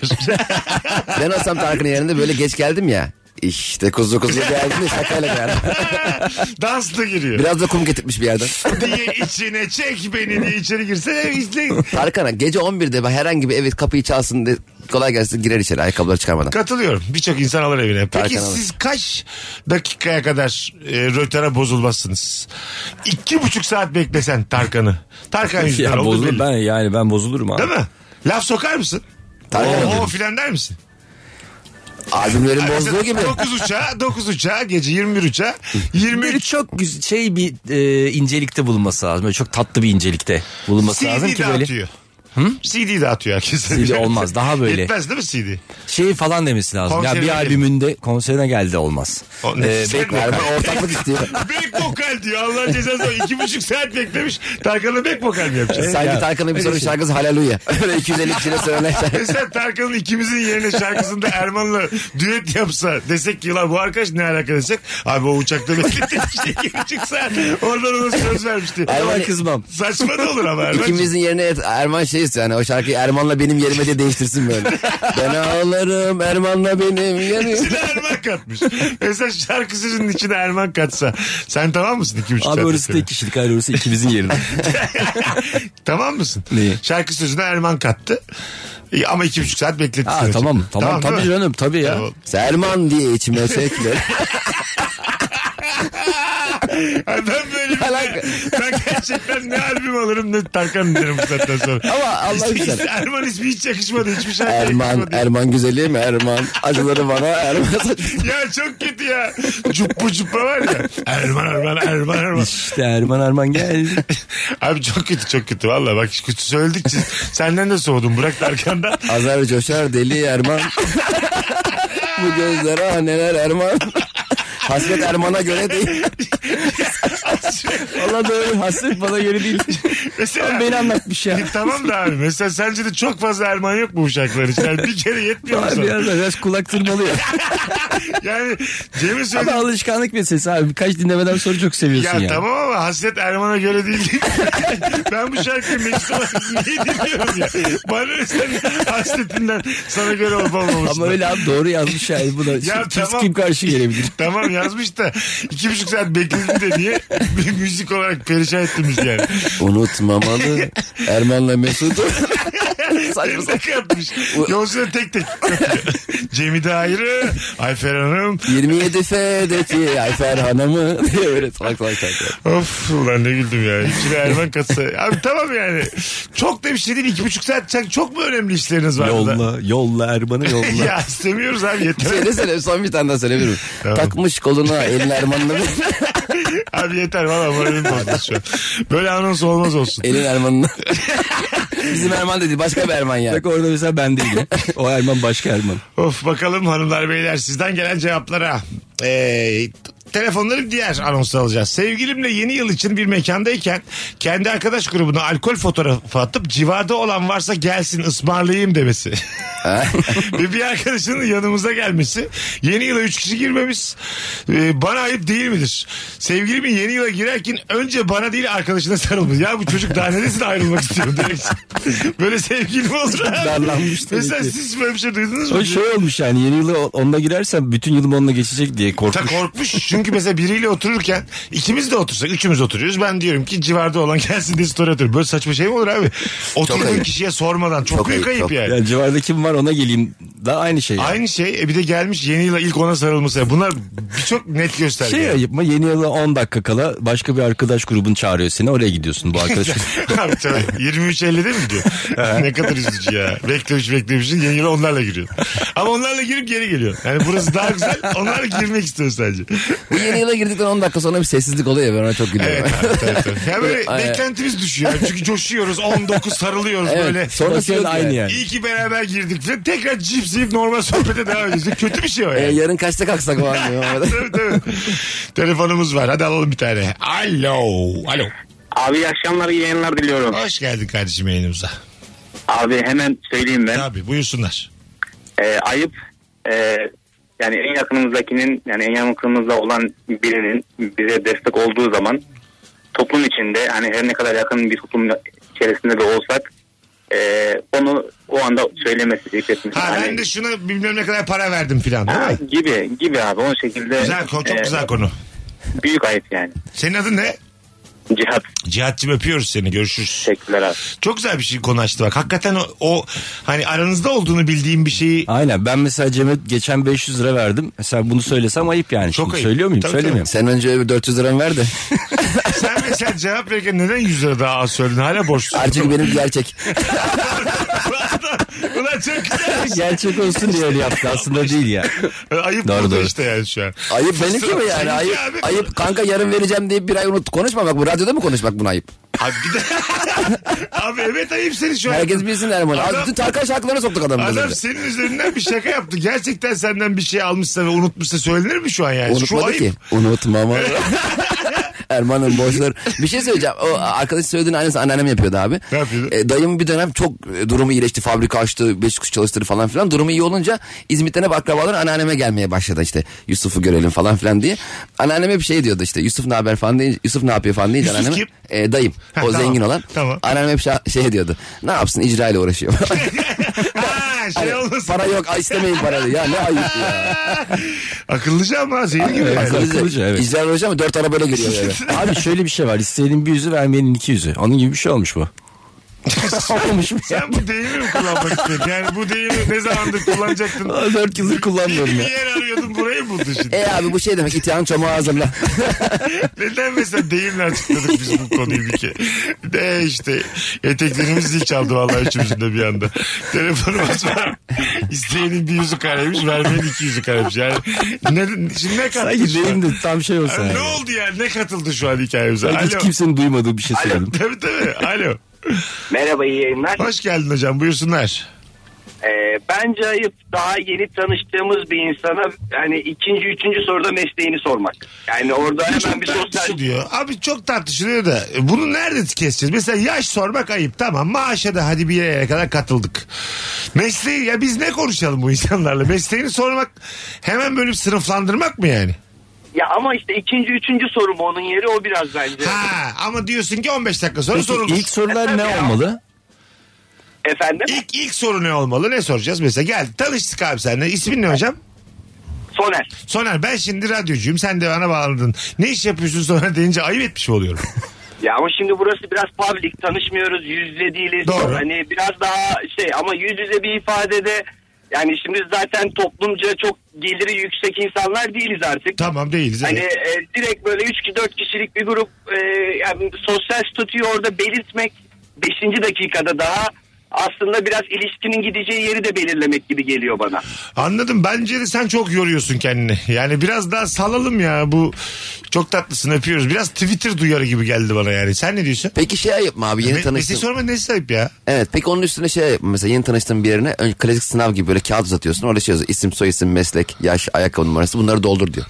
Ben olsam Tarkan'ın yerinde böyle geç geldim ya. İşte kuzu geldim de şakayla geldim. Dansla giriyor. Biraz da kum getirmiş bir yerden. diye içine çek beni diye içeri girse izleyin. Tarkan'a gece 11'de herhangi bir ev kapıyı çalsın de kolay gelsin girer içeri ayakkabıları çıkarmadan. Katılıyorum. Birçok insan alır evine. Peki Tarkan siz kaç dakikaya kadar rötara bozulmazsınız? 2,5 saat beklesen Tarkan'ı. Tarkan yüzünden Ya oldu belli. ben bozulurum abi. Değil mi? Laf sokar mısın? Tarkan o filan der misin? Albümlerin bozduğu gibi. 9 uçağa gece 21 uçağa 23 Böyle çok bir incelikte bulunması lazım. Böyle çok tatlı bir incelikte bulunması lazım ki böyle. Dağıtıyor. CD dağıtıyor herkes. CD olmaz, daha böyle. Yetmez değil mi CD? Şey falan demesi lazım. Konserine ya bir albümünde konserine geldi olmaz. Back vokal ortaklık istiyor. Back vokal diyor. Allah'ın cezası 2,5 saat beklemiş. Tarkan'la back vokal mi yapacak? Sanki Tarkan'ın bir sonraki şarkısı Haleluya. Öyle 250 kişiyle söylenen şarkı. Mesela Tarkan'ın ikimizin yerine şarkısında Erman'la düet yapsa desek ki bu arkadaş ne alaka desek. Abi o uçakta beklettik işte 2,5 saat. Oradan ona söz vermişti. Erman kızmam. Saçma da olur ama Erman. İkimizin yerine Erman şey istiyor. Yani o şarkıyı Erman'la benim yerime de değiştirsin böyle. Ben ağlarım Erman'la benim yerim. İçine Erman katmış. Mesela şarkı sözünün içine Erman katsa. Sen tamam mısın 2,5 saat? Abi orası tek kişilik, hayır orası ikimizin yerine. Tamam mısın? Neyi? Şarkı sözüne Erman kattı. Ama 2,5 saat bekletti. Tamam tabii canım tabii ya. Tamam. Erman diye içime çekler. Ben böyle ben gerçekten ne albüm alırım ne Tarkan derim bu saatten sonra. Ama Allah güzel. Erman ismi hiç yakışmadı. Hiçbir şarkı yakışmadı. Erman güzelim Erman. Acıları bana Erman saçma. Ya çok kötü ya. Cuppa var ya. Erman. İşte Erman geldi. Abi çok kötü valla. Bak kötü söyledikçe senden de soğudum. Bırak Tarkan'dan. Azar coşar deli Erman. Bu gözlere neler Erman. Hasret Erman'a göre değil. Valla doğru, hasret bana göre değil. Mesela, ama beni anlatmış ya. Tamam da abi mesela sence de çok fazla Erman yok mu bu şarkılar için? Yani bir kere yetmiyor mu sana? Biraz kulak tırmalıyor. Yani Cem'in Ama söylediği... alışkanlık meselesi abi. Birkaç dinlemeden sonra çok seviyorsun ya. Tamam ama hasret Erman'a göre değil. Ben bu şarkıyı Mesut olarak niye dinliyorum ya? Bana ne senin hasretinden sana göre olup olmamışsın. Ama öyle abi, doğru yazmış yani buna. Ya tamam. Kim karşı gelebilir? Tamam yazmış da 2,5 saat bekledim de niye? Bir müzik olarak perişan ettiniz yani. Unutmamalı Erman'la Mesut'u. Saçma sapan. Tek atmış. Yolculuğa tek tek. Cemide ayrı. Ayfer Hanım. 27 F'deki Ayfer Hanım'ı diye böyle salak şarkılar. Of ulan ne güldüm ya. İçine Erman katsa. Abi tamam yani. Çok da bir şey değil. 2,5 saat çok mu önemli işleriniz var burada? Yolla Erman'ı yolla. Ya istemiyoruz abi yeter. Söyle son bir tane daha söyleyebilir miyim? Tamam. Takmış koluna elin Erman'la. Abi yeter valla moralim bozdu şu an. Böyle anons olmaz olsun. Elin Erman'la. Bizim Erman dedi, başka bir Erman ya. Bak orada mesela ben değilim. O Erman başka Erman. Of bakalım hanımlar beyler sizden gelen cevaplara. Telefonları diğer anonsda alacağız. Sevgilimle yeni yıl için bir mekandayken kendi arkadaş grubuna alkol fotoğrafı atıp civarda olan varsa gelsin ısmarlayayım demesi. Ve bir arkadaşının yanımıza gelmesi. Yeni yıla 3 kişi girmemiz. Bana ayıp değil midir? Sevgilimin yeni yıla girerken önce bana değil arkadaşına sarılmış. Ya bu çocuk daha neresine ayrılmak istiyor direkt. Böyle sevgili mi olur abi? Darlanmış tabii Mesela ki. siz böyle bir şey duydunuz mu? O şey olmuş yani, yeni yılı onunla girersen bütün yılım onunla geçecek diye korkmuş. Korkmuş çünkü mesela biriyle otururken ikimiz de otursak, üçümüz oturuyoruz. Ben diyorum ki civarda olan gelsin diye story atıyorum. Böyle saçma şey mi olur abi? Oturduğun ayıp. kişiye sormadan çok büyük ayıp çok. yani. Yani civarda kim var ona geleyim. Daha aynı şey. Yani. Aynı şey. Bir de gelmiş yeni yıla ilk ona sarılması. Bunlar birçok net gösterge. Şey ayıp mı? Yeni yıla 10 dakika kala başka bir arkadaş grubun çağırıyor seni. Oraya gidiyorsun bu arkadaş. Abi tabii. 23.50'de mi gidiyor? Ne kadar üzücü ya. Beklemişsin yeni yıla onlarla giriyor. Ama onlarla girip geri geliyor. Yani burası daha güzel. Onlarla girmek istiyor sadece. Bu yeni yıla girdikten 10 dakika sonra bir sessizlik oluyor ya, ben ona çok gülüyorum. Evet tabii. Ya böyle beklentimiz düşüyor. Çünkü coşuyoruz. 19 sarılıyoruz Evet, böyle. sonrası yok aynı yani. İyi ki beraber girdik falan. Tekrar cips yiyip normal sohbete devam edeceğiz. Kötü bir şey o yani. Yarın kaçta kalksak var mı? Tabii. Telefonumuz var. Hadi alalım bir tane. Alo. Abi iyi akşamlar, iyi yayınlar diliyorum. Hoş geldin kardeşim yayınımıza. Abi hemen söyleyeyim ben. Tabii buyursunlar. Ayıp yani en yakınımızdakinin, yani en yakınımızda olan birinin bize destek olduğu zaman toplum içinde, hani her ne kadar yakın bir toplum içerisinde de olsak onu o anda söylemesi, etmesi. Ha hani, ben de şuna bilmem ne kadar para verdim filan değil mi? gibi abi, o şekilde. Güzel, çok güzel konu. Büyük ayıp yani. Senin adın ne? Cihat. Cihat'cığım öpüyoruz seni, görüşürüz. Teşekkürler abi. Çok güzel bir şey konu açtı bak. Hakikaten o hani aranızda olduğunu bildiğim bir şeyi. Aynen, ben mesela Cem'e geçen 500 lira verdim. Mesela bunu söylesem ayıp yani. Çok Şimdi ayıp. Söylüyor muyum? Tabii, Söylemiyorum. Sen önce öbür 400 liramı ver de. Sen mesela cevap verirken neden 100 lira daha az söyledin? Hala borçlusun. Artık benim gerçek. Ulan çok güzel. Gerçek olsun diye öyle yaptı, aslında değil ya. Ayıp Doğru, burada doğru. işte yani şu an. Ayıp benimki mi yani? Seninki Ayıp, abi. ayıp kanka, yarın vereceğim deyip bir ay unut. Konuşmamak bu. Radyoda mı konuşmak bunu ayıp? Abi bir de... Abi evet ayıp seni şu an. Herkes bilsin Erman. Adam- Bütün Tarkan şarkılarına soktuk adamı. Adam senin üzerinden bir şaka yaptı. Gerçekten senden bir şey almışsa ve unutmuşsa söylenir mi şu an yani? Şu Unutmadı ayıp. ki. Unutmama. Erman'ın boşları. Bir şey söyleyeceğim. O arkadaş söylediğin aynısı anneannem yapıyordu abi. Ne yapıyordu? Dayım bir dönem çok durumu iyileşti. Fabrika açtı. 5 kişi çalıştırdı falan filan. Durumu iyi olunca İzmit'ten hep akrabalar anneanneme gelmeye başladı işte. Yusuf'u görelim falan filan diye. Anneanneme bir şey diyordu işte. Yusuf ne haber falan deyince. Yusuf ne yapıyor falan deyince Yusuf anneanneme. Dayım. Ha, o tamam. zengin olan. Tamam. Anneannem hep şey diyordu. Ne yapsın, icra ile uğraşıyor. Ha, şey olmasın. Para yok, istemeyin parayı. Ya ne ayıp ya. Akıllıca ama zehir gibi. yani. Akıllıca, evet. İcra ile uğraşıyor ama 4 arabayla giriyor yani. Abi şöyle bir şey var. İsteyenin bir yüzü, vermeyenin 2 yüzü. Onun gibi bir şey olmuş bu. Olmuş mu ya? Sen bu deyimi mi kullanmak istiyorsun? Yani bu deyimi ne zamandır kullanacaktın? 4 yıldır kullanmıyorum Bir ya. yer arıyordun, burayı buldun şimdi. Abi bu şey demek, itihan çomağı hazırla. Neden mesela deyimle açıkladık biz bu konuyu bir kere? De işte eteklerimiz zil çaldı vallahi üçümüzün de bir anda. Telefonumuz var. İsteyenin bir yüzü karaymış, vermeyenin 2 yüzü karaymış. Yani şimdi ne kattı Sanki şu an? benim de tam şey olsa Ne yani. oldu yani? Ne katıldı şu an hikayemize? Sanki hiç Alo. kimsenin duymadığı bir şey söyledim. Tabii. Alo. Merhaba, iyi yayınlar. Hoş geldin hocam, buyursunlar. Bence ayıp daha yeni tanıştığımız bir insana hani ikinci, üçüncü soruda mesleğini sormak. Yani orada hemen bir sosyal... Tartışılıyor. Abi çok tartışılıyor da bunu nerede keseceğiz? Mesela yaş sormak ayıp, tamam, maaşa da hadi bir yere kadar katıldık. Mesleği, ya biz ne konuşalım bu insanlarla? Mesleğini sormak hemen böyle bir sınıflandırmak mı yani? Ya ama işte ikinci, üçüncü soru mu onun yeri, o biraz bence. Ha, ama diyorsun ki 15 dakika sonra sorulur. İlk sorular ne olmalı? Efendim? İlk soru ne olmalı? Ne soracağız? Mesela gel tanıştık abi seninle. İsmin ne hocam? Soner. Soner, ben şimdi radyocuyum. Sen de bana bağlandın. Ne iş yapıyorsun Soner deyince ayıp etmiş mi oluyorum? Ya ama şimdi burası biraz public, tanışmıyoruz, yüz yüze değiliz. Doğru. Hani biraz daha ama yüz yüze bir ifadede yani şimdi zaten toplumca çok geliri yüksek insanlar değiliz artık. Tamam, değiliz. Hani Evet. direkt böyle 3-4 kişilik bir grup yani sosyal statüyü orada belirtmek 5. dakikada daha aslında biraz ilişkinin gideceği yeri de belirlemek gibi geliyor bana. Anladım. Bence de sen çok yoruyorsun kendini. Yani biraz daha salalım ya. Bu çok tatlısın, öpüyoruz. Biraz Twitter duyarı gibi geldi bana yani. Sen ne diyorsun? Peki şey ayıp mı abi, yeni tanıştın? Mesleği sorma, nesi ayıp ya? Evet, peki onun üstüne şey ayıp mı? Mesela yeni tanıştığın bir yerine klasik sınav gibi böyle kağıt uzatıyorsun. Orada şey yazıyor: isim, soyisim, meslek, yaş, ayakkabı numarası, bunları doldur diyor.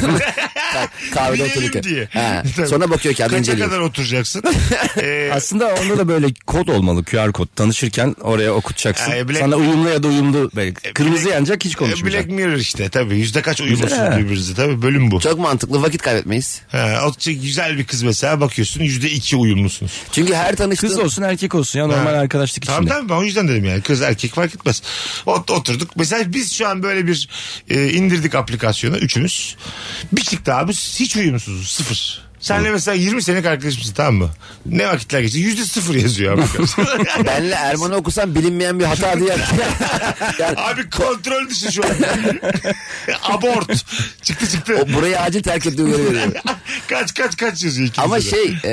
Kahvede Bilelim otururken. diye. Sonra bakıyor kağıdı, Kaça inceliyor. kadar oturacaksın? Aslında onda da böyle kod olmalı, QR kod. Tanışırken oraya okutacaksın. Sana uyumlu ya da uyumlu. Kırmızı yanacak, hiç konuşmayacak. Black Mirror işte tabii. Yüzde kaç uyumlusunuz birbirinize, tabii bölüm bu. Çok mantıklı, vakit kaybetmeyiz. Güzel bir kız mesela, bakıyorsun %2 uyumlusunuz. Çünkü her tanıştığın... Kız olsun erkek olsun ya, normal arkadaşlık içinde. Tamam ben o yüzden dedim yani, kız erkek fark etmez. Oturduk mesela, biz şu an böyle bir indirdik aplikasyonu üçümüz. Bir çıktı abi, hiç uyumsuzuz, sıfır. Senle mesela 20 senelik arkadaşımsın, tamam mı? Ne vakitler geçti? %0 yazıyor abi. Benle Erman'ı okusam bilinmeyen bir hata diye. Yani... Abi kontrol dışı şu an. Abort. Çıktı. O burayı acil terk ettiği uyarı veriyor. Kaç yazıyor ikimiz. Ama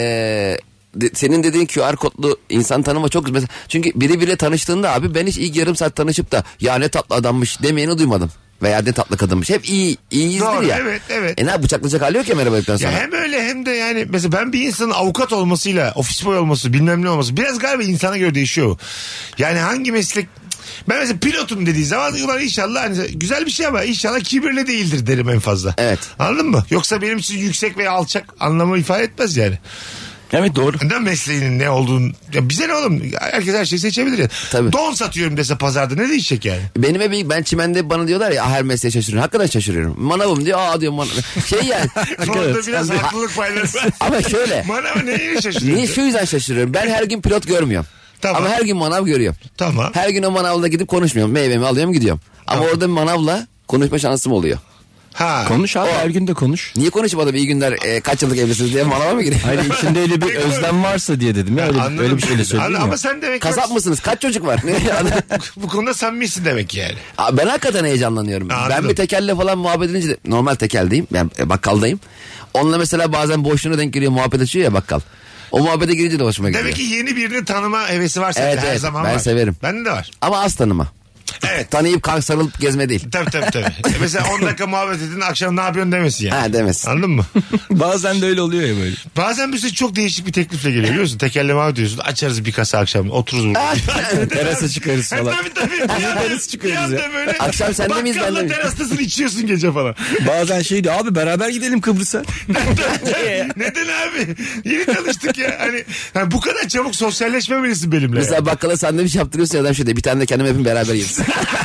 senin dediğin QR kodlu insan tanıma çok güzel. Çünkü biriyle tanıştığında abi, ben hiç ilk yarım saat tanışıp da ya ne tatlı adammış demeyeni duymadım. Veya ne tatlı kadınmış. Hep iyiyizdir doğru, ya. Evet. Ne bıçaklayacak hali yok ya merhaba dedikten sonra. Ya hem öyle hem de yani mesela ben bir insanın avukat olmasıyla ofis boy olması, bilmem ne olması biraz galiba insana göre değişiyor. Yani hangi meslek, ben mesela pilotum dediği zaman ulan inşallah hani güzel bir şey ama inşallah kibirli değildir derim en fazla. Evet. Anladın mı? Yoksa benim için yüksek veya alçak anlamı ifade etmez yani. Evet, doğru. Neden mesleğinin ne olduğunu, ya bize ne oğlum, herkes her şeyi seçebilir ya. Tabii. Don satıyorum dese pazarda ne değişecek yani? Ben çimende bana diyorlar ya her mesleğe şaşırıyorum. Hakikaten şaşırıyorum. Manavım diyor, diyor manav. Yani. Orada biraz haklılık payları var. Ama şöyle. Manavı neye şaşırıyorsun? Niye, şu yüzden şaşırıyorum. Ben her gün pilot görmüyorum. Tamam. Ama her gün manav görüyorum. Tamam. Her gün o manavla gidip konuşmuyorum. Meyvemi alıyorum, gidiyorum. Ama Tamam. orada bir manavla konuşma şansım oluyor. Konuş abi, her gün de konuş. Niye konuşup adam iyi günler kaç yıllık evlisiniz diye manava mı gireyim? Hayır, içinde öyle bir özlem varsa diye dedim ya, öyle bir şeyle söyleyeyim ama ya. sen demek Kasap mısınız? Kaç çocuk var? bu konuda samimisin demek yani. Abi ben hakikaten heyecanlanıyorum. Anladım. Ben bir tekelle falan muhabbet edince de, normal tekeldeyim. Ben bakkaldayım. Onunla mesela bazen boşluğuna denk geliyor, muhabbet açıyor ya bakkal. O muhabbete girince de hoşuma gidiyor. Demek ki yeni birini tanıma hevesi var sende, her zaman ben var. severim. Bende de var. Ama az tanıma. Evet. Tanıyıp kanka sarılıp gezme değil. Tabii. Mesela 10 dakika muhabbet edin, akşam ne yapıyorsun demesin yani. Ha, demesin. Anladın mı? Bazen de öyle oluyor ya böyle. Bazen bir çok değişik bir teklifle geliyor biliyor musun? Tekerleme abi diyorsun. Açarız bir kasa akşam. Otururuz burada. Terasa çıkarız falan. Tabii. Terasa çıkarız ya. Böyle, Akşam sen de miyiz, ben de bakkalla miyim? terastasın, içiyorsun gece falan. Bazen şey diyor, abi beraber gidelim Kıbrıs'a. Neden abi? Yeni tanıştık ya. Hani bu kadar çabuk sosyalleşmemelisin benimle. Mesela bakkala sandviç yaptırıyorsun ya, adam şey diyor, bir tane de kendim yapayım beraber yeriz.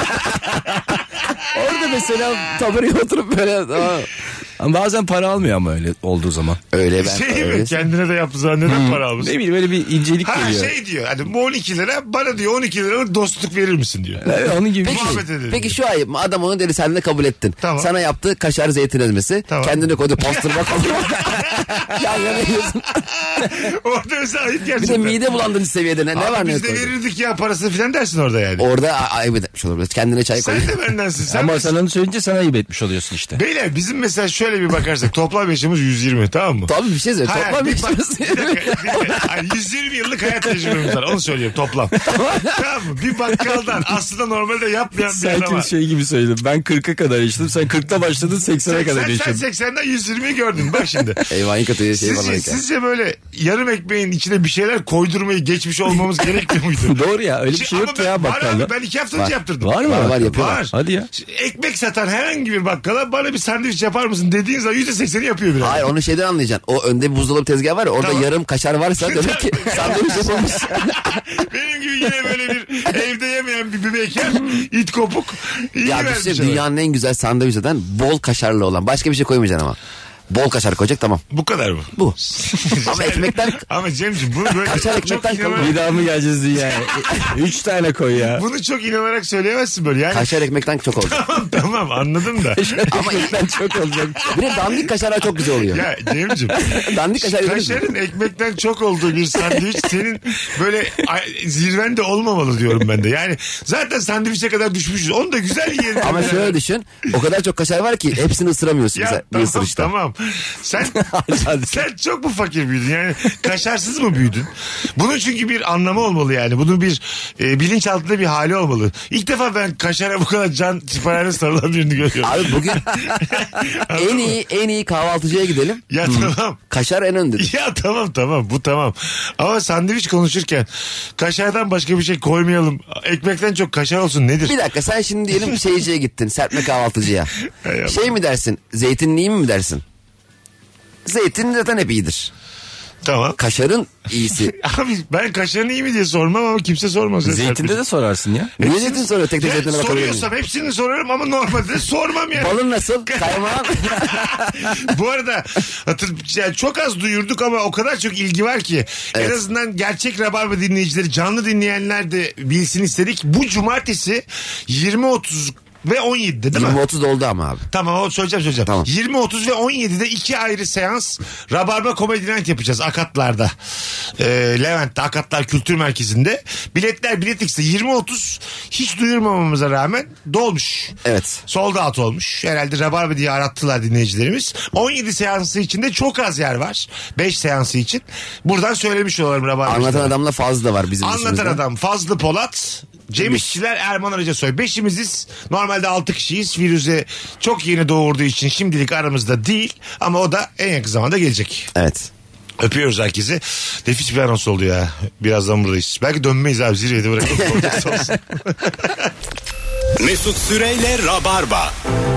Orada mesela tabureye oturup böyle... Ama bazen para almıyor ama öyle olduğu zaman. Öyle ben. Şey mi? Kendine de yaptı zanneden para almış. Ne bileyim, böyle bir incelik geliyor. Şey diyor. Hani bu 12 lira bana diyor 12 liralık dostluk verir misin diyor. Evet, onun gibi. Peki şu ayıp mı? Adam onu dedi, sen de kabul ettin. Tamam. Sana yaptığı kaşar zeytin ezmesi. Tamam. Kendine koydu pastırma kabul. Yan yana yiyorsun. Orada mesela ayıp Bir gerçekten. de mide bulandırıcı seviyede ne var ne biz yok. de verirdik ya parası filan dersin orada yani. Orada ayıp etmiş olabilir. Kendine çay koy. Sen de bendensin. Ama sen onu söyleyince sen ayıp etmiş oluyorsun işte. Beyler bizim mesela şöyle şöyle bir bakarsak toplam yaşımız 120, tamam mı? Tabii bir şey söyle. Hayır, Toplam bir yaşımız. bak- bir dakika. Hani 120 yıllık hayat tecrübemiz var. Onu söylüyorum toplam. Tamam mı? Bir bakkaldan aslında normalde yapmayan bir adama. Sanki şey gibi söyledim. Ben 40'a kadar yaşadım. Sen 40'ta başladın 80'e kadar Sen yaşadın. 80'den 120'yi gördün. Bak şimdi. Eyvahın kötü şey falan. Sizce böyle yarım ekmeğin içine bir şeyler koydurmayı geçmiş olmamız gerekmiyor muydu? Doğru ya, öyle bir şey yok Ama ya var bakkalda. abi, ben 2 hafta önce yaptırdım. Var mı? Var, yapıyorlar. Var. Hadi ya. Ekmek satan herhangi bir bakkala bana bir sandviç yapar mısın dediğin zaman %80'i yapıyor bile. Hayır, onu şeyden anlayacaksın. O önde bir buzdolabı tezgahı var ya, orada Tamam. yarım kaşar varsa demek ki sandviç yapılmış. Benim gibi yine böyle bir evde yemeyen bir bekar it kopuk iyi Ya bir vermiş şey, ama. dünyanın en güzel sandviç zaten bol kaşarlı olan. Başka bir şey koymayacaksın ama. Bol kaşar koyacak, tamam. Bu kadar mı? Bu. Ama ekmekten Ama Cemciğim bunu böyle Kaşar çok ekmekten inanarak, Bir daha mı geleceğiz dünyaya? 3 tane koy ya. bunu çok inanarak söyleyemezsin böyle yani. kaşar ekmekten çok olacak. Tamam anladım da. Ama ekmekten çok olacak. Bir de dandik kaşarlar çok güzel oluyor. Ya Cemciğim. Dandik kaşar yediniz mi? Kaşarın ekmekten çok olduğu bir sandviç senin böyle zirvende olmamalı diyorum ben de. Yani zaten sandviçe kadar düşmüşüz. Onu da güzel yiyelim. Ama şöyle düşün. O kadar çok kaşar var ki hepsini ısıramıyorsun Ya bir ısırışta. tamam. Sen çok mu fakir büyüdün? Yani kaşarsız mı büyüdün? Bunun çünkü bir anlamı olmalı yani. Bunun bir bilinçaltında bir hali olmalı. İlk defa ben kaşara bu kadar can siparişine sarılan birini görüyorum. Abi bugün en iyi kahvaltıcıya gidelim. Ya tamam. Kaşar en öndedir. Ya tamam bu tamam. Ama sandviç konuşurken kaşardan başka bir şey koymayalım. Ekmekten çok kaşar olsun nedir? Bir dakika, sen şimdi diyelim şeyciye gittin, serpme kahvaltıcıya. Hay Allah. Şey mi dersin, zeytinli mi dersin? Zeytin zaten hep iyidir. Tamam. Kaşarın iyisi. Abi ben kaşarın iyi mi diye sormam ama kimse sormaz. Zeytinde de sorarsın ya. Niye zeytin soruyor, tek tek zeytine bakabilir miyim? Soruyorsam hepsini sorarım ama normalde sormam yani. Balın nasıl? Kaymağın? Bu arada yani çok az duyurduk ama o kadar çok ilgi var ki Evet. en azından gerçek Rabarba dinleyicileri, canlı dinleyenler de bilsin istedik. Bu cumartesi 20.30 ve 17'de değil mi? 20-30 oldu ama abi. Tamam o söyleyeceğim. Tamam. 20.30 ve 17'de 2 ayrı seans Rabarba Comedy Night yapacağız Akatlar'da. Levent'te Akatlar Kültür Merkezi'nde. Biletler Bilet X'te 20.30 hiç duyurmamamıza rağmen dolmuş. Evet. Sold out olmuş. Herhalde Rabarba diye arattılar dinleyicilerimiz. 17 seansı içinde çok az yer var. 5 seansı için. Buradan söylemiş olalım Rabarba'cılara. Anlatan adamla fazla var bizim Anlatan içimizde. adam Fazlı Polat, Cem İşçiler, Erman Arıcasoy. 5'imiziz. Normalde 6 kişiyiz. Firuze çok yeni doğurduğu için şimdilik aramızda değil. Ama o da en yakın zamanda gelecek. Evet. Öpüyoruz herkesi. Nefis bir anons oldu ya. Birazdan buradayız. Belki dönmeyiz abi. Zirvede bırakalım. Olacaksa olsun. Mesut Süreyle Rabarba.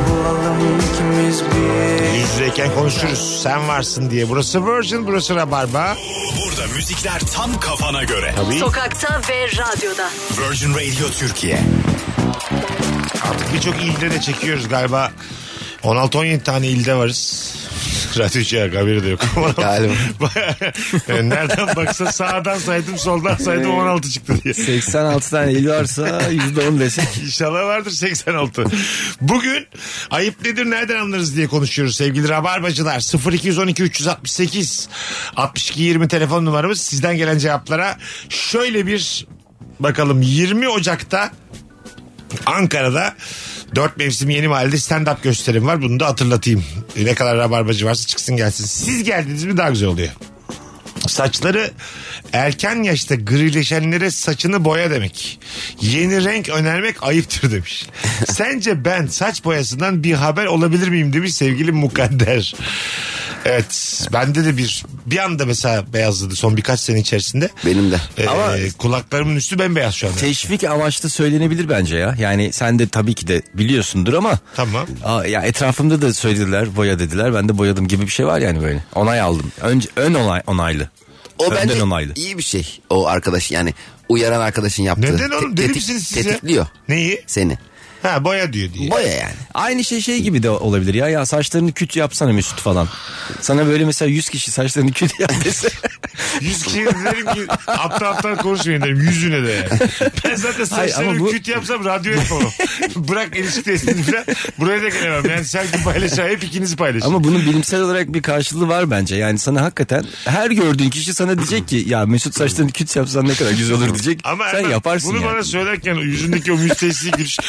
Yüz yüzeyken konuşuruz. Sen varsın diye. Burası Virgin, burası Rabarba. Burada müzikler tam kafana göre. Tabii. Sokakta ve radyoda. Virgin Radio Türkiye. Artık birçok ilde de çekiyoruz galiba. 16-17 tane ilde varız. Radyocuya haberi de yok. Galiba. Yani nereden baksa sağdan saydım soldan saydım 16 çıktı diye. 86 tane il varsa %10 desek. İnşallah vardır 86. Bugün ayıp nedir nereden anlarız diye konuşuyoruz sevgili Rabarbacılar. 0212 368 62 20 telefon numaramız. Sizden gelen cevaplara şöyle bir bakalım. 20 Ocak'ta Ankara'da 4 mevsim yeni mahallede stand-up gösterim var. Bunu da hatırlatayım. Ne kadar rabarbacı varsa çıksın gelsin. Siz geldiniz mi daha güzel oluyor. Saçları erken yaşta grileşenlere saçını boya demek. Yeni renk önermek ayıptır demiş. Sence ben saç boyasından bir haber olabilir miyim demiş sevgili Mukadder. Evet bende de bir anda mesela beyazladı son birkaç sene içerisinde. Benim de. Ama kulaklarımın üstü bembeyaz şu anda. teşvik amaçlı söylenebilir bence ya. Yani sen de tabii ki de biliyorsundur ama. Tamam. Ya etrafımda da söylediler, boya dediler. Ben de boyadım gibi bir şey var yani böyle. Onay aldım. Onaylı. O Önden bence onaylı. iyi bir şey. O arkadaş yani uyaran arkadaşın yaptığı. Neden oğlum deli misiniz siz ya? Tetikliyor Neyi? seni. Ha boya diyor diye. Boya yani. Aynı şey gibi de olabilir ya. Ya saçlarını küt yapsana Mesut falan. Sana böyle mesela 100 kişi saçlarını küt yap dese. 100 kişi derim ki aptal konuşmayın derim yüzüne de yani. Ben zaten Hayır, ama saçlarımı bu- küt yapsam radyo yapamam. Bırak ilişki testini falan buraya da gelemem. Yani selfie paylaşan hep ikinizi paylaşın. Ama bunun bilimsel olarak bir karşılığı var bence. Yani sana hakikaten her gördüğün kişi sana diyecek ki ya Mesut saçlarını küt yapsan ne kadar güzel olur diyecek. Ama sen Erman, yaparsın bunu yani. bana söylerken yüzündeki o müstesni gülüş. Valla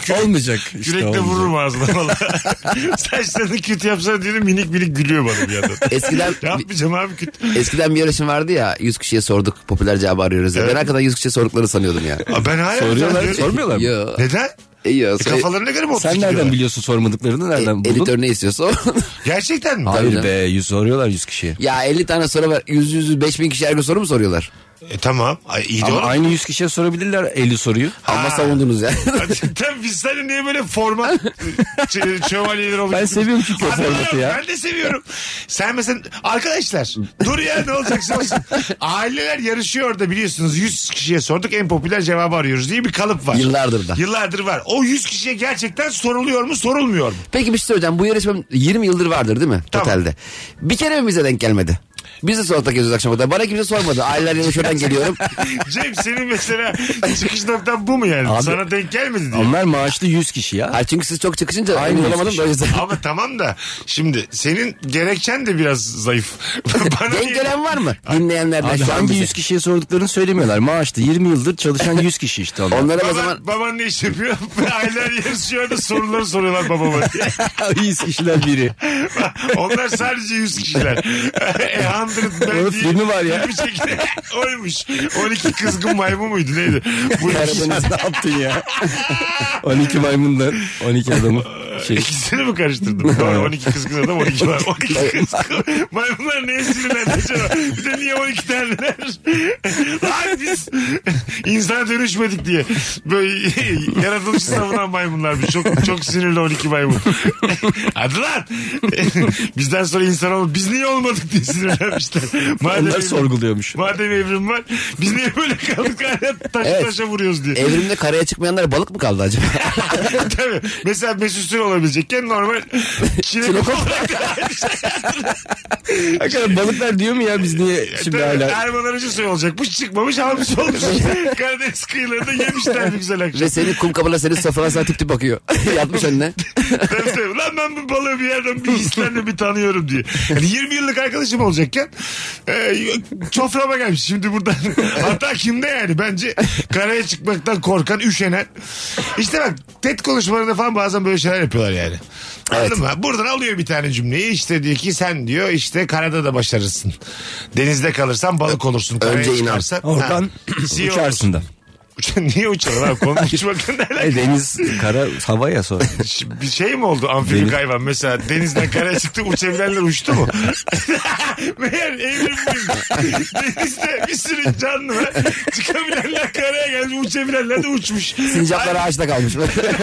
Olmayacak işte, Kürekle olmayacak. vururum ağzına valla. Saçlarını kötü yapsana diyorum, minik minik gülüyor bana bir yandan. Eskiden Yapmayacağım abi kötü. eskiden bir yarışım vardı ya, 100 kişiye sorduk popüler cevabı arıyoruz ya. Evet. Ben hakikaten 100 kişiye sorduklarını sanıyordum ya. Ben hala Soruyorlar, sormuyorlar mı? Yo. Neden? Yo, Kafalarına göre mi 32 Sen nereden diyorlar? biliyorsun sormadıklarını, nereden buldun? editör ne istiyorsa o. Gerçekten mi? Hayır Tabii be, 100 soruyorlar 100 kişiye. Ya 50 tane soru var. 100 5000 kişi her gün soru mu soruyorlar? Tamam. Ay, iyi de Ama oğlum. aynı 100 kişiye sorabilirler 50 soruyu. Ama savundunuz ya. Tabii biz seninle niye böyle format şövalyeler olduk? Ben seviyorum çünkü o Anlıyorum, formatı ya. Ben de seviyorum. Sen mesela arkadaşlar dur ya, ne olacaksa olsun. Aileler yarışıyor orada, biliyorsunuz. 100 kişiye sorduk, en popüler cevabı arıyoruz diye bir kalıp var. Yıllardır da. Yıllardır var. O 100 kişiye gerçekten soruluyor mu, sorulmuyor mu? Peki bir şey söyleyeceğim. Bu yarışma 20 yıldır vardır değil mi? Tamam. Totalde. Bir kere mi bize denk gelmedi? Biz de sokakta geziyoruz akşama kadar. Bana kimse sormadı. Aileler yanı şuradan geliyorum. Cem, senin mesela çıkış noktan bu mu yani? Abi, Sana denk gelmedi diye. Onlar maaşlı 100 kişi ya. Hayır, çünkü siz çok çıkışınca Aynı aynı olamadım da o yüzden. Ama tamam da şimdi senin gerekçen de biraz zayıf. Bana Denk niye- gelen var mı? Dinleyenlerden Abi şu an hangi bize. 100 kişiye sorduklarını söylemiyorlar. Maaşlı 20 yıldır çalışan 100 kişi işte onlar. Onlara o zaman Baban ne iş yapıyor? Aileler yarışıyor da soruları soruyorlar babama. 100 kişiler biri. Onlar sadece 100 kişiler. 100 Onun filmi var ya. Filmi çekti. Oymuş. 12 kızgın maymun muydu neydi? Bu Sen ne yaptın ya? 12 maymundan 12 adamı şey. İkisini mi karıştırdım? Doğru, 12 kızgın adam, 12 maymun. 12 kızgın. Maymunlar neye sinirlendi acaba? Bir de niye 12 taneler? Lan biz insana dönüşmedik diye. Böyle yaratılışı savunan maymunlarmış. Çok sinirli 12 maymun. Hadi lan. Bizden sonra insan olmadık. Biz niye olmadık diye sinirlenmişler. Onlar sorguluyormuş. Madem evrim var. Biz niye böyle kaldık? Hala taşı taşa vuruyoruz diye. evrimde karaya çıkmayanlar balık mı kaldı acaba? Tabii. Mesela Mesut Süre olabilecekken normal çilek olarak Hakikaten balıklar diyor mu ya biz niye şimdi hala? Erman Arıcısoy olacakmış, çıkmamış, hamsi olmuş. Karadeniz kıyılarında yemişler bir güzel akşam. Ve senin kum kabına senin sofradan sana tip tip bakıyor. Yatmış önüne. Tabii. Lan ben bu balığı bir yerden bir hislerle bir tanıyorum diye. Yani 20 yıllık arkadaşım olacakken çoframa gelmiş. Şimdi buradan hatta kimde yani, bence karaya çıkmaktan korkan, üşenen. İşte bak, TED konuşmalarında falan bazen böyle şeyler yapıyorlar yani. Anladın mı? Buradan alıyor bir tane cümleyi, işte diyor ki sen diyor işte karada da başarırsın. Denizde kalırsan balık olursun. Karaya Önce inan. çıkarsan Oradan CEO uçarsın da. olursun. Niye uçalım abi? Konu uçmakla ne alakası? Deniz, kara, hava ya sonra. Bir şey mi oldu amfibik hayvan? Mesela denizden karaya çıktı, uçabilenler uçtu mu? Meğer evrim buymuş. Denizde bir sürü canlı var. Çıkabilenler karaya gelmiş, uçabilenler de uçmuş. Sincaplar ağaçta kalmış.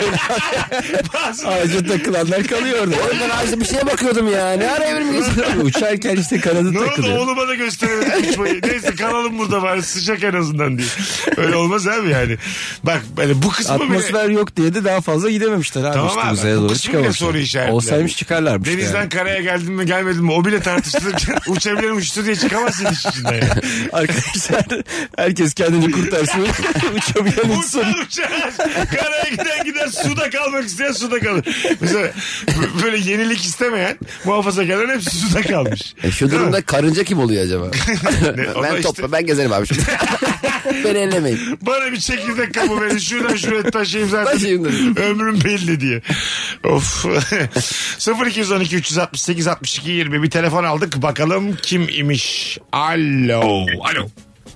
Bazı Ağaca takılanlar kalıyor orada. Oğlum ben ağaçta bir şeye bakıyordum ya. Ne ara evrim geçti? Uçarken işte kanadı ne oldu, takılıyor. oğluma da gösteremedik uçmayı. Neyse, kalalım burada bari, sıcak en azından diye. Öyle olmaz abi yani. Bak böyle bu kısmı bile... Atmosfer yok diye de daha fazla gidememişler abi. Tamam işte abi, uzaya bu doğru kısmı bile soru çıkamamışlar. işaretleri. Olsaymış çıkarlarmış. Denizden yani. karaya geldin mi gelmedin mi, o bile tartışılırken uçabilir uçtu diye çıkamazsın iş içinden yani. Arkadaşlar herkes kendini kurtarsın. Uçabilen uçsun. Uçar uçar. Karaya giden gider, suda kalmak isteyen suda kalır. Mesela böyle yenilik istemeyen muhafazakarların hepsi suda kalmış. Şu durumda karınca kim oluyor acaba? O da ben işte- ben gezerim abi şimdi. Beni ellemeyin. Bana bir çekirdek kapı verin, şuradan şuraya taşıyayım zaten. Taşıyayım dedim. Ömrüm belli diye. Of. 0212 368 62 20 bir telefon aldık. Bakalım kim imiş? Alo. Alo.